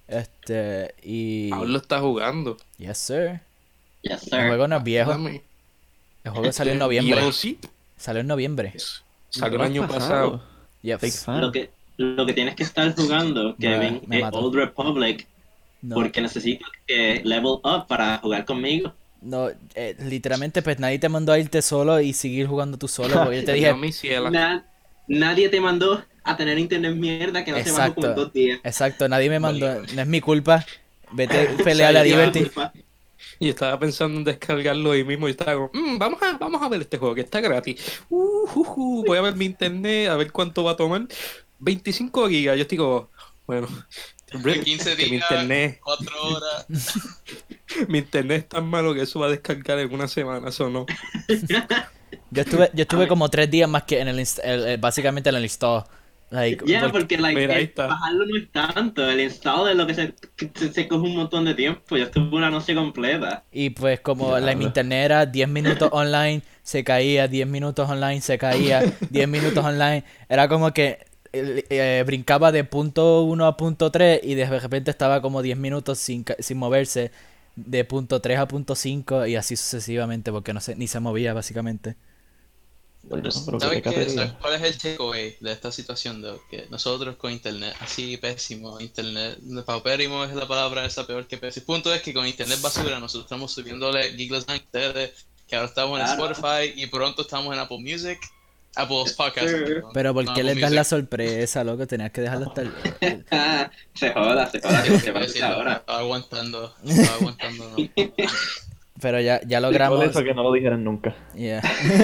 y Aún lo está jugando. yes sir Yes, el sir. juego no es viejo, Dame. el juego salió en noviembre, Yo sí. salió en noviembre. Salió el año pasado. Yep. Fake fan. Lo que tienes que estar jugando, Kevin, me es mató. Old Republic, No. porque necesito que level up para jugar conmigo. No, literalmente pues nadie te mandó a irte solo y seguir jugando tú solo, porque yo te dije, Yo, mi ciela. Nadie te mandó a tener internet mierda que no se bajó como en exacto, 2 días. exacto, nadie me mandó, Vale. no es mi culpa, vete O sea, pelea a la yo- Liberty. Y estaba pensando en descargarlo hoy mismo y estaba como, vamos a ver este juego que está gratis. Voy a ver mi internet, a ver cuánto va a tomar. 25 gigas. Yo estoy como, bueno, 15 que mi días, internet, 4 horas. mi internet es tan malo que eso va a descargar en una semana, eso no. Yo estuve como 3 días más que en básicamente en el install, like, Ya, porque- porque Mira, ahí está. bajarlo no es tanto, el install es lo que se coge un montón de tiempo. Yo estuve una noche completa. y pues como mi Diablo. internet era 10 minutos online, se caía, 10 minutos online, se caía, 10 minutos online, era como que brincaba de punto 1 a punto 3 y de repente estaba como 10 minutos sin moverse de punto 3 a punto 5 y así sucesivamente porque ni se movía básicamente. Bueno, pero ¿Sabes qué qué? categoría. ¿Sabes cuál es el takeaway de esta situación? De que nosotros con internet así pésimo, internet paupérrimo es la palabra esa peor que pésimo. El punto es que con internet basura nosotros estamos subiéndole gigas a ustedes, que ahora estamos en Claro. Spotify y pronto estamos en Apple Music, Apple Podcasts. Sure. perdón, Pero ¿por no qué Apple les das la Music. sorpresa, loco? Tenías que dejarlo hasta se joda, que se va a decir ahora. Estaba aguantando, ¿no? Pero ya Por logramos. eso que no lo dijeran nunca. Yeah.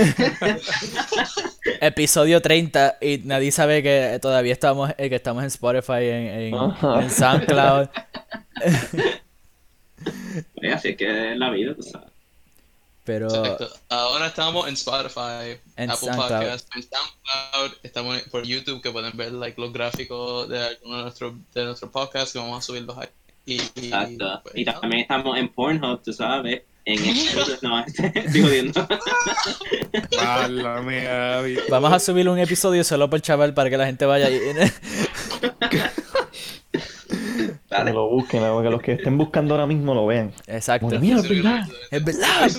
Episodio 30 y nadie sabe que todavía estamos en Spotify, Ajá. en SoundCloud. Así es que es la vida, tú sabes. Pero Exacto. Ahora estamos en Spotify, En Apple SoundCloud. Podcasts, en SoundCloud, estamos por YouTube que pueden ver like, los gráficos de algunos de nuestros podcasts que vamos a subirlos ahí. Exacto. pues, Y nada. también estamos en Pornhub, tú sabes. En no, estoy jodiendo. Válame, Gaby. vamos a subir un episodio solo por chaval para que la gente vaya y... Que Dale. lo busquen, que los que estén buscando ahora mismo lo vean. Exacto. Bueno, mira, es verdad. Es verdad.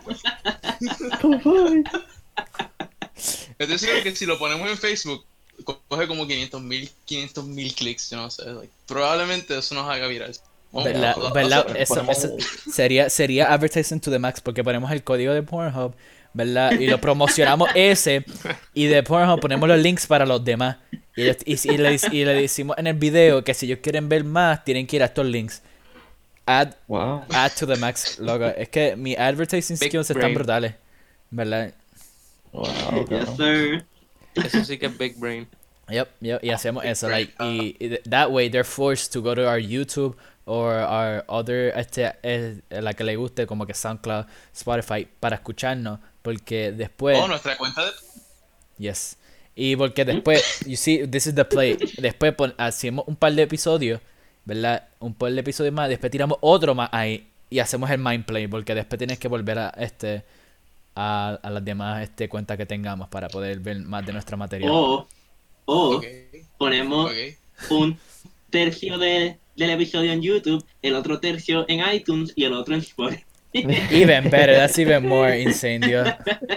Es decir, que si lo ponemos en Facebook, coge como 500,000 clics, yo no sé. like, probablemente eso nos haga viral. ¿Verdad? Vamos a- ¿Verdad? vamos a- Eso sería advertising to the max porque ponemos el código de Pornhub, ¿verdad? Y lo promocionamos ese y de Pornhub ponemos los links para los demás. Y le decimos en el video que si ellos quieren ver más, tienen que ir a estos links. Add Wow. to the max, loco. Es que mis advertising Big skills están brain. brutales, ¿verdad? Wow, Yes, cabrón. sir. Eso sí que es Big Brain. Yep, y hacemos eso, like, y that way they're forced to go to our YouTube or our other, la que le guste, como que SoundCloud, Spotify, para escucharnos, Porque después... Oh, nuestra cuenta de... Yes. Y porque después, you see, this is the play. Después hacemos un par de episodios, ¿verdad? Un par de episodios más, después tiramos otro más ahí y hacemos el mind play, porque después tienes que volver a las demás cuentas que tengamos para poder ver más de nuestra material. O Ok, ponemos ok. un tercio del episodio en YouTube, el otro tercio en iTunes y el otro en Spotify. Even better, that's even more insane, Dios.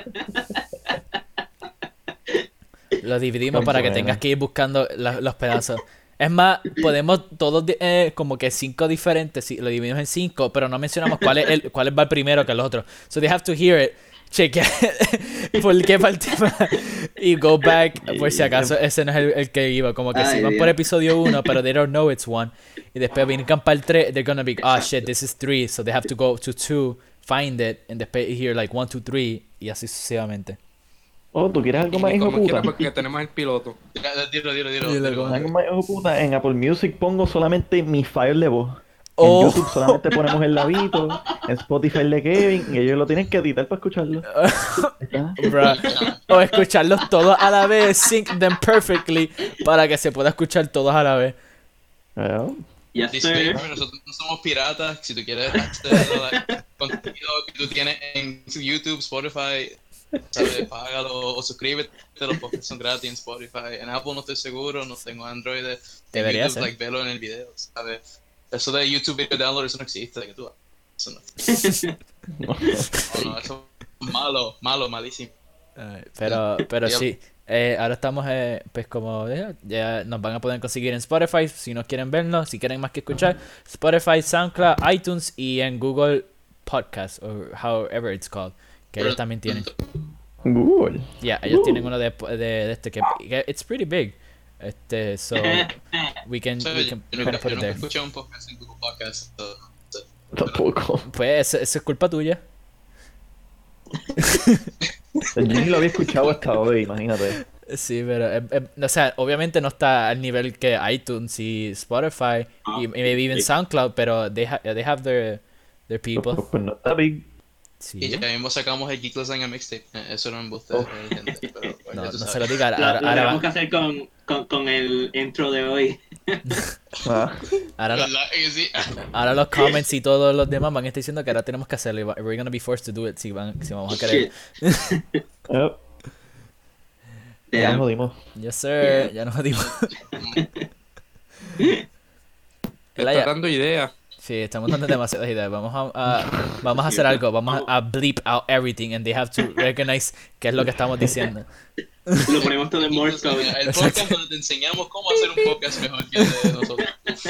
Lo dividimos para que Bueno. tengas que ir buscando los pedazos. Es más, podemos todos como que 5 diferentes, lo dividimos en 5, pero no mencionamos cuál va el primero que el otro. So they have to hear it, chequear por qué parte va y go back por si acaso ese no es el que iba. Como que si Ay, van Dios. por episodio 1, pero they don't know it's 1. Y después vienen para el 3, they're gonna be, oh shit, this is 3, so they have to go to 2, find it, and después hear like 1, 2, 3, y así sucesivamente. Oh, ¿tú quieres algo más hijo Como quiera, puta? porque tenemos el piloto. Dilo. Algo más hijo puta. En Apple Music pongo solamente mi file de voz. Oh. En YouTube solamente ponemos el lavito. En Spotify el de Kevin. Y ellos lo tienen que editar para escucharlo. ¿Está? Bruh. O escucharlos todos a la vez, sync them perfectly para que se pueda escuchar todos a la vez. Well, Yes, sir. Disclaimer, nosotros no somos piratas. Si tú quieres acceder al contenido que tú tienes en YouTube, Spotify, ¿sabes? Págalo o suscríbete. Los podcasts son gratis en Spotify. En Apple no estoy seguro, no tengo Android. En Debería YouTube, ser. velo en el video, ¿sabes? Eso de YouTube Video Download, eso no existe. Que tú, eso no. No, eso es malísimo. Pero Yep. sí, ahora estamos, pues como ya nos van a poder conseguir en Spotify si no quieren vernos, si quieren más que escuchar, Spotify, SoundCloud, iTunes y en Google Podcast o however it's called, que ellos también tienen. Google. Yeah, ellos tienen uno de este que it's pretty big. So we can Yo kinda put nunca it there. escuché un podcast en Google Podcast. Tampoco. Pues eso es culpa tuya. Yo ni lo había escuchado hasta hoy, imagínate. Sí, pero o sea, obviamente no está al nivel que iTunes y Spotify y maybe even sí. SoundCloud, pero they have their people. Pues no está big. Sí. Y ya mismo sacamos el Geek Lasagna Mixtape. Eso no me embuste, gente, pero pues, No, ya no tú se sabes. lo diga. Lo Ahora tenemos va- que hacer con el intro de hoy. Ah. ahora ¿Verdad que sí? ahora los comments y todos los demás van a estar diciendo que ahora tenemos que hacerlo. We're gonna be forced to do it si vamos a querer. Shit. Ya nos Damn. jodimos. Yes, sir. Ya nos dimos. Te Elaya, está dando ideas. sí, estamos dando demasiadas ideas. Vamos a hacer algo. Vamos a bleep out everything and they have to recognize qué es lo que estamos diciendo. Lo ponemos todo en Morse code. El podcast donde te enseñamos cómo hacer un podcast mejor que el de nosotros.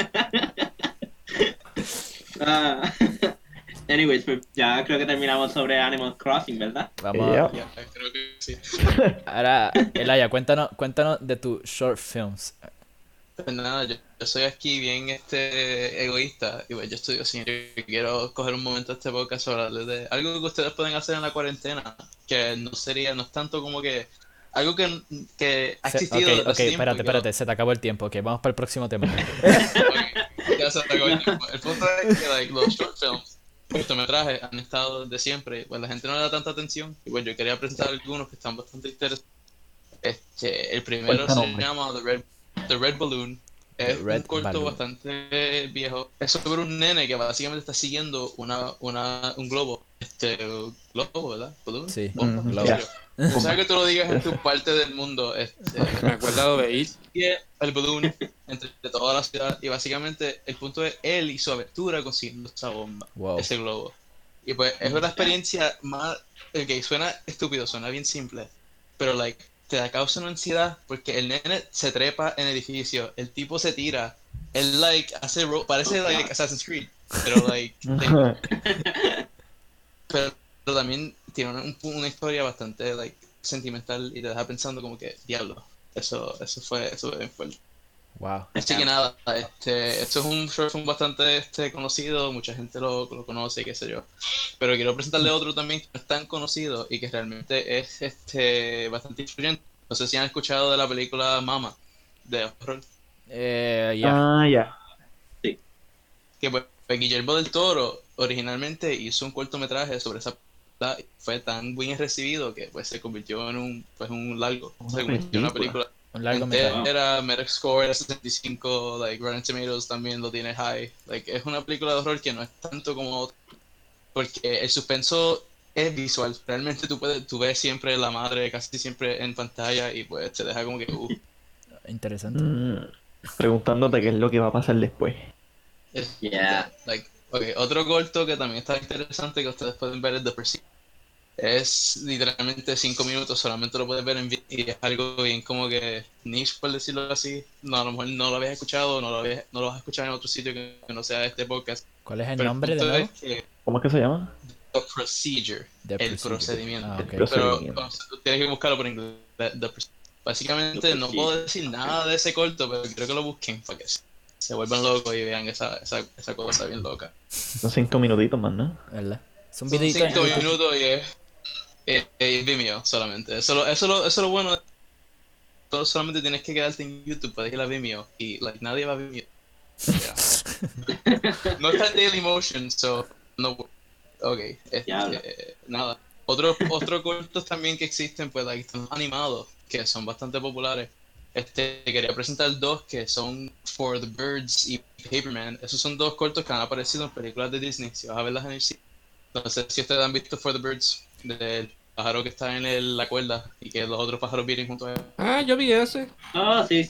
Ah, anyways, pues ya creo que terminamos sobre Animal Crossing, ¿verdad? Vamos. Yeah. Ya, creo que sí. Ahora, Elaya, cuéntanos de tus short films. Pues nada, yo soy aquí bien egoísta y pues yo estudio cine. Yo quiero coger un momento de este podcast para hablarles de algo que ustedes pueden hacer en la cuarentena, que no es tanto como que algo que ha existido desde Ok, hace tiempo. espérate, se te acabó el tiempo. Ok, vamos para el próximo tema. Ok, ya se acabó el tiempo. El punto es que like, los short films, cortometrajes, han estado desde siempre. Pues la gente no le da tanta atención. Y pues yo quería presentar algunos que están bastante interesantes. El primero Cuenta se nombre. llama The Red Balloon. Es The Red un corto Balloon. bastante viejo. Es sobre un nene que básicamente está siguiendo un globo. Globo, ¿verdad? ¿Balloon? Sí, Mm, globo. ya. O sea que tú lo digas en tu parte del mundo. Me acuerdo de ir. Sigue el balloon entre toda la ciudad y básicamente el punto es él y su aventura consiguiendo esa bomba, Wow. ese globo. Y pues es una experiencia más, que suena estúpido, suena bien simple, pero like te da causa una ansiedad porque el nene se trepa en el edificio, el tipo se tira, él like hace parece like Assassin's Creed, pero like pero también tiene una historia bastante like sentimental y te deja pensando como que diablo. Eso fue bien fuerte. Wow. Así que nada, esto es un short film bastante conocido, mucha gente lo conoce, qué sé yo. Pero quiero presentarle otro también que no es tan conocido y que realmente es bastante influyente. No sé si han escuchado de la película Mama, de horror. Ya. Ah, ya. Que pues, Guillermo del Toro originalmente hizo un cortometraje sobre esa fue tan bien recibido que pues se convirtió en un largo, Una se convirtió en una película. película Un largo metraje. entera. Metascore era 65, like Rotten Tomatoes también lo tiene high. Like es una película de horror que no es tanto como otra, porque el suspenso es visual. Realmente tú ves siempre la madre casi siempre en pantalla y pues te deja como que Interesante. Preguntándote qué es lo que va a pasar después. Yeah. like, okay, otro corto que también está interesante que ustedes pueden ver es The Pursuit. Es literalmente 5 minutos, solamente lo puedes ver en video y es algo bien como que niche, por decirlo así. No, a lo mejor no lo habías escuchado, no lo vas a escuchar en otro sitio que no sea este podcast. ¿Cuál es el Pero nombre de punto nuevo? es que ¿Cómo es que se llama? The Procedure, The el Procedure. procedimiento. Ah, El ok. Pero procedimiento. tienes que buscarlo por inglés. Básicamente The no Procedure. puedo decir nada de ese corto, pero quiero que lo busquen para que se vuelvan locos y vean esa cosa bien loca. Son 5 minutitos más, ¿no? ¿Verdad? Es un Son videito en 5 YouTube. minutos y es Vimeo solamente. Eso es lo bueno. Solamente tienes que quedarte en YouTube para ir a Vimeo y like, nadie va a Vimeo. Yeah. No está en Dailymotion, so no. Ok, Diablo. nada. Otros cortos también que existen, pues like, están animados, que son bastante populares. Quería presentar dos que son For the Birds y Paperman. Esos son dos cortos que han aparecido en películas de Disney. Si vas a verlas en el cine. No sé si ustedes han visto For the Birds, del pájaro que está en la cuerda y que los otros pájaros vienen junto a él. Ah, yo vi ese. Oh, sí.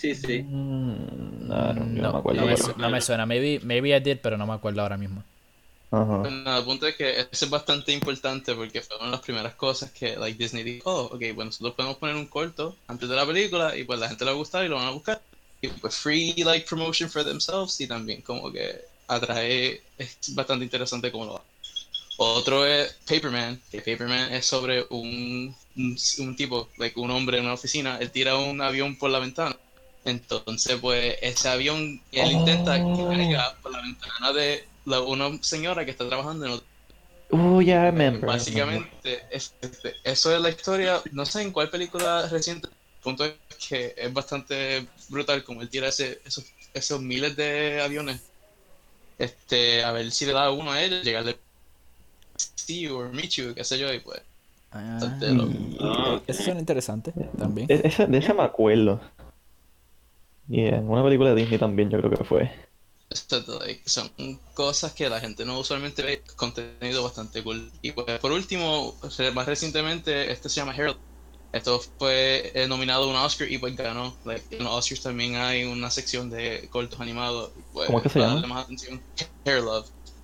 No, yo no me acuerdo. No me, pero- no me suena. Maybe I did, pero no me acuerdo ahora mismo. Ajá. Pues nada, el punto es que ese es bastante importante porque fue una de las primeras cosas que like, Disney dijo, oh, ok, bueno, nosotros podemos poner un corto antes de la película y pues la gente le va a gustar y lo van a buscar. Y pues free like promotion for themselves y también como que atrae, es bastante interesante como lo hace. Otro es Paperman, que Paperman es sobre un tipo, like, un hombre en una oficina, él tira un avión por la ventana. Entonces, pues, ese avión, él intenta que caiga por la ventana de una señora que está trabajando en otro. Oh, yeah, I remember. Básicamente, eso es la historia, no sé en cuál película reciente, el punto es que es bastante brutal como él tira esos miles de aviones. A ver si le da uno a él, llegarle See you or meet you, qué sé yo, y pues. Ah, bastante loco. Oh, eso suena interesante también. De ese me acuerdo. Y en una película de Disney también yo creo que fue. Like, son cosas que la gente no usualmente ve, contenido bastante cool. Y pues por último, más recientemente, se llama Hair. Esto fue nominado a un Oscar y pues ganó. Like, en los Oscars también hay una sección de cortos animados. Y, pues, ¿Cómo es que se para llama? darle más atención. Hair Love.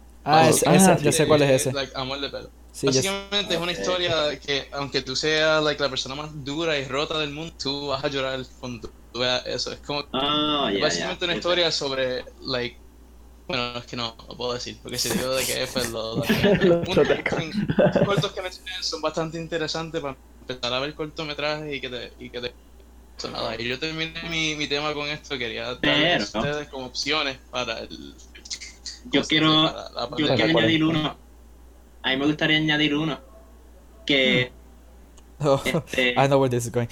Yo sé cuál es ese. Like, amor de pelo. Sí, yo- Básicamente es una historia que, aunque tú seas like, la persona más dura y rota del mundo, tú vas a llorar cuando tú veas eso. Es como Oh, ya, básicamente ya. una historia sobre, like, bueno, es que no puedo decir, porque si digo de qué es, pues Los Los chotas. cortos que mencioné son bastante interesantes para empezar a ver cortometrajes y que te so, nada, y yo terminé mi tema con esto, quería darles a ustedes como opciones para el Yo quiero, para la yo pandemia. quiero añadir uno. A mí me gustaría añadir uno. Que Oh, Este- I know where this is going.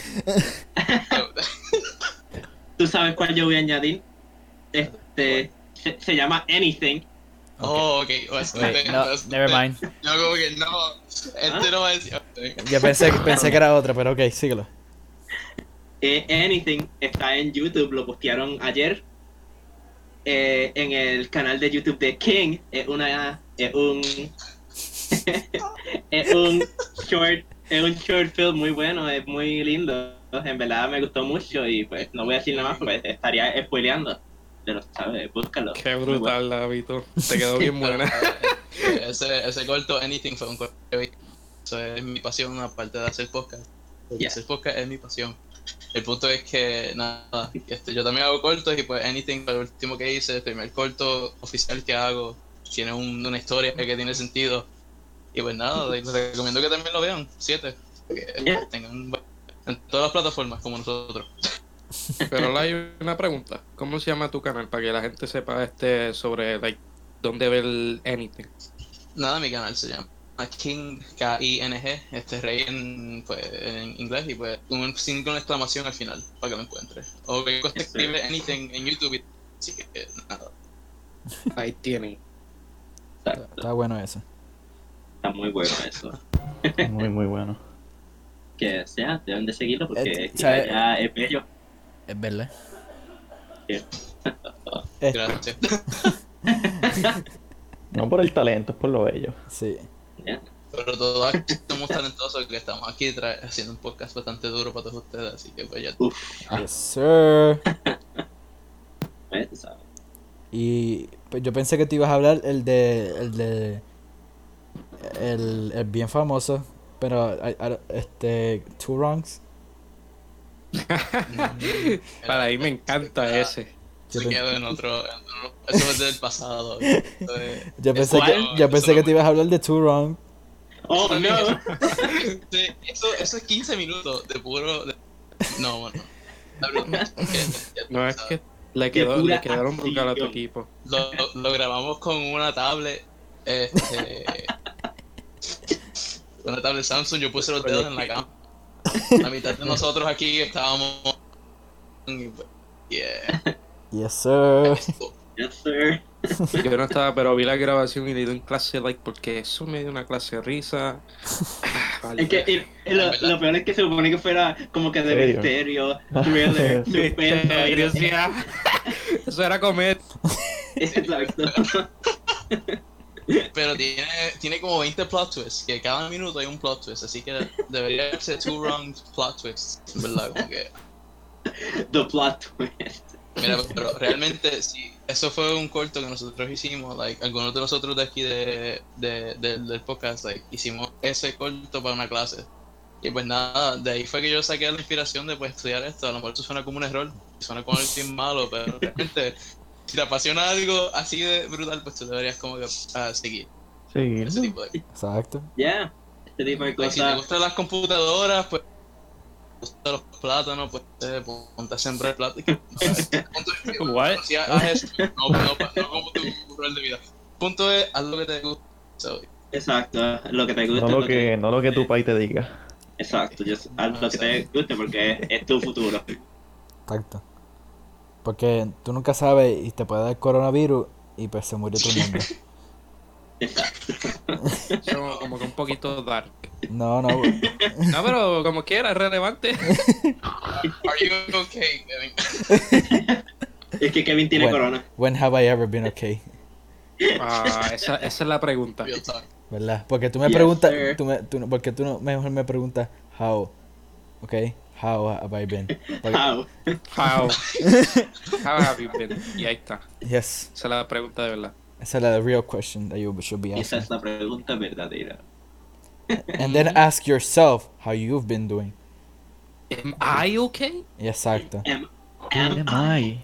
tú sabes cuál yo voy a añadir. Se llama Anything. Oh, ok. Wait, no, never mind. Yo como que no, no va a decir. Yo pensé que era otra, pero ok, síguelo. Anything está en YouTube, lo postearon ayer. En el canal de YouTube de King. Es un short film muy bueno, es muy lindo. En verdad me gustó mucho y pues no voy a decir nada más porque estaría spoileando. Pero sabes, búscalo. Qué brutal, Davito. Te quedó bien buena. Ese corto, Anything, fue un corto que vi. Eso es mi pasión, aparte de hacer podcast. Yeah. Hacer podcast es mi pasión. El punto es que, nada, yo también hago cortos y pues Anything fue el último que hice, el primer corto oficial que hago. Tiene una historia que tiene sentido. Y pues nada, les recomiendo que también lo vean, 7. Que Yeah. tengan en todas las plataformas como nosotros. Pero ahora hay una pregunta. ¿Cómo se llama tu canal? Para que la gente sepa sobre like, dónde ver el anything. Nada, mi canal se llama King, K-I-N-G, rey pues, en inglés y pues un signo de exclamación al final para que lo encuentres. O que te escribe anything en YouTube, así que nada. Ahí tienen. Está bueno eso. Está muy bueno eso. Muy, muy bueno. Que sea, deben de seguirlo porque ¿sabe? ya es bello. Es verdad. Sí. Gracias. No por el talento, es por lo bello. Sí. Ya. Pero todos aquí somos talentosos que estamos aquí haciendo un podcast bastante duro para todos ustedes, así que pues ya. Yes, sir. Tú sabes. Y pues, yo pensé que te ibas a hablar el bien famoso, pero Two Wrongs. Para mí me encanta ese. Yo, Se pen- quedó en otro. Eso es del pasado. yo pensé ¿Cuál? que te ibas a hablar de Two Wrongs. Oh, no. Sí, eso es 15 minutos de puro. No, bueno. La verdad es que No es que le pura quedaron brutal a tu acción. equipo. lo grabamos con una tablet. Una tablet Samsung, yo puse los dedos en la cama. La mitad de nosotros aquí estábamos. Yeah. Yes, sir. Yes, sir. Yo no estaba, pero vi la grabación y le di un clase like porque eso me dio una clase de risa. Vale. Es que lo peor es que se supone que fuera como que de ¿Serio? misterio, thriller, suspenso. y no- Ya. Eso era comer. Exacto. Pero tiene como 20 plot twists, que cada minuto hay un plot twist, así que debería ser Two Wrongs plot twists, ¿verdad? Como que, The plot twist. mira, pero realmente, sí, eso fue un corto que nosotros hicimos, like, algunos de nosotros de aquí del podcast, like, hicimos ese corto para una clase. Y pues nada, de ahí fue que yo saqué la inspiración de pues estudiar esto. A lo mejor eso suena como un error, suena como algo bien malo, pero realmente, si te apasiona algo así de brutal, pues tú deberías como que seguir Sí. ese tipo de Exacto. Ya. Este tipo de like, si te cosas. gustan las computadoras, pues te gustan los plátanos, pues ponte a sembrar plátanos. What? Si haz esto, no como tu rol de vida. Punto es, haz lo que te gusta. So, Exacto. Lo que te guste. No lo que tu país te diga. Exacto. Haz lo que te guste porque es tu futuro. Exacto. Porque tú nunca sabes y te puede dar coronavirus y pues se murió todo el mundo. Exacto. Eso como que un poquito dark. No. No, pero como quiera, es relevante. are you okay, Kevin? Es que Kevin tiene Bueno. corona. When have I ever been okay? Esa es la pregunta. Real talk. ¿Verdad? Porque tú me Yes, preguntas, sir. porque tú no, mejor me preguntas how, okay? How have I been? Porque- How? How have you been? Y ahí está. yes, Esa es la pregunta de verdad. esa es la real question that you should be Esa asking. es la pregunta verdadera. And then ask yourself how you've been doing. Am I okay? Exacto. Am Ay.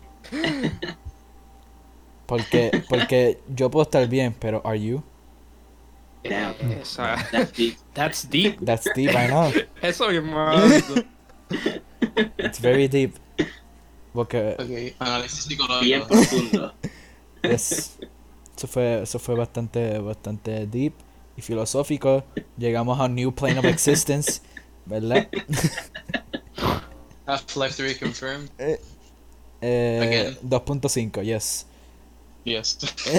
Porque yo puedo estar bien, pero are you? Damn. Esa. That's deep. That's deep. That's deep, I know. Eso bien mágico. It's very deep. Porque Okay, análisis Bien psicológico. profundo. eso fue bastante deep y filosófico. Llegamos a un new plane of existence, ¿verdad? Half-Life 3 confirmed. Eh, Again. 2.5, yes. Yes.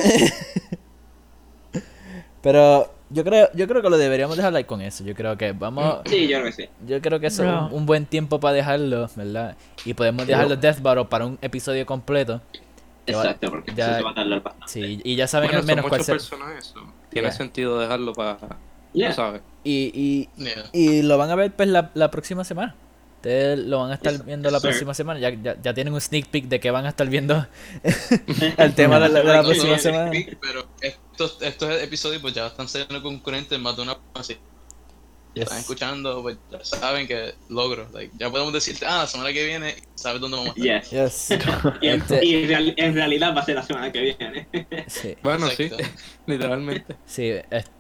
Pero yo creo que lo deberíamos dejar like con eso. Yo creo que vamos. Sí, yo creo que sí. Yo creo que eso No. es un buen tiempo para dejarlo, ¿verdad? Y podemos dejarlo Death Battle para un episodio completo. Que va- Exacto, porque ya- eso se va a tardar bastante. Sí, y ya saben Bueno, al menos son cuál muchos ser. personajes. So. Tiene Yeah. sentido dejarlo para... Yeah. Tú sabes. Yeah. Y lo van a ver pues la próxima semana. Ustedes lo van a estar Yes, viendo la sir. próxima semana. Ya tienen un sneak peek de que van a estar viendo el tema de la No, próxima no, semana. Pero estos episodios pues ya están siendo concurrentes más de una así. Yes. Están escuchando, pues ya saben que logro. Like, ya podemos decirte, la semana que viene sabes dónde vamos a estar. Yes. Yes. Y, Este- en realidad va a ser la semana que viene. Sí, Bueno, Exacto. sí. Literalmente. sí,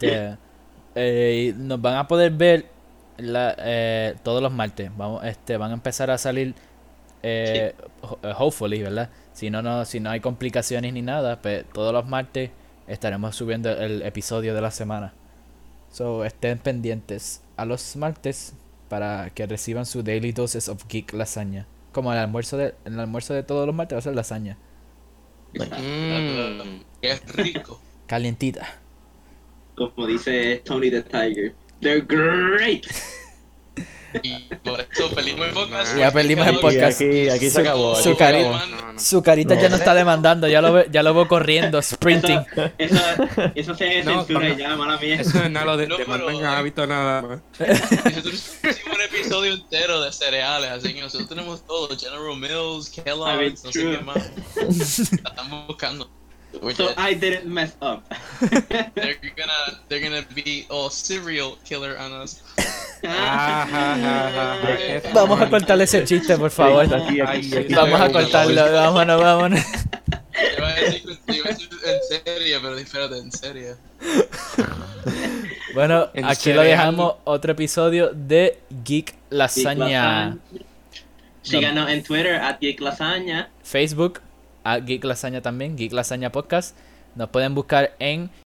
y nos van a poder ver todos los martes. Van a empezar a salir hopefully, ¿verdad? Si no hay complicaciones ni nada, pues todos los martes estaremos subiendo el episodio de la semana. So, estén pendientes a los martes para que reciban su daily doses of geek lasaña. Como el almuerzo de todos los martes va a ser lasaña. Que es rico. Calientita. Como dice Tony the Tiger. They're great. Y por eso perdimos el podcast. Ya perdimos el podcast. Aquí se acabó. Su aquí se cari- acabó. No, no. Su carita ya no está demandando, ya lo veo corriendo, sprinting. Eso se No, censura no. ya, mala mía. Eso es nada, lo de No, pero- demandan a hábito nada más. Nosotros hicimos un episodio entero de cereales, así que nosotros tenemos todo: General Mills, Kellogg's, no sé true. qué más. La estamos buscando. So I didn't mess up. They're gonna be all serial killer on us. Vamos a cortarle ese chiste, por favor. Aquí Vamos a cortarlo, vámonos. Iba a decir en serio, pero espérate, en serio. Bueno, En aquí lo cereal. dejamos, otro episodio de Geek Lasaña. Síganos en Twitter @geeklasaña. Facebook, a Geek Lasaña también, Geek Lasaña Podcast. Nos pueden buscar en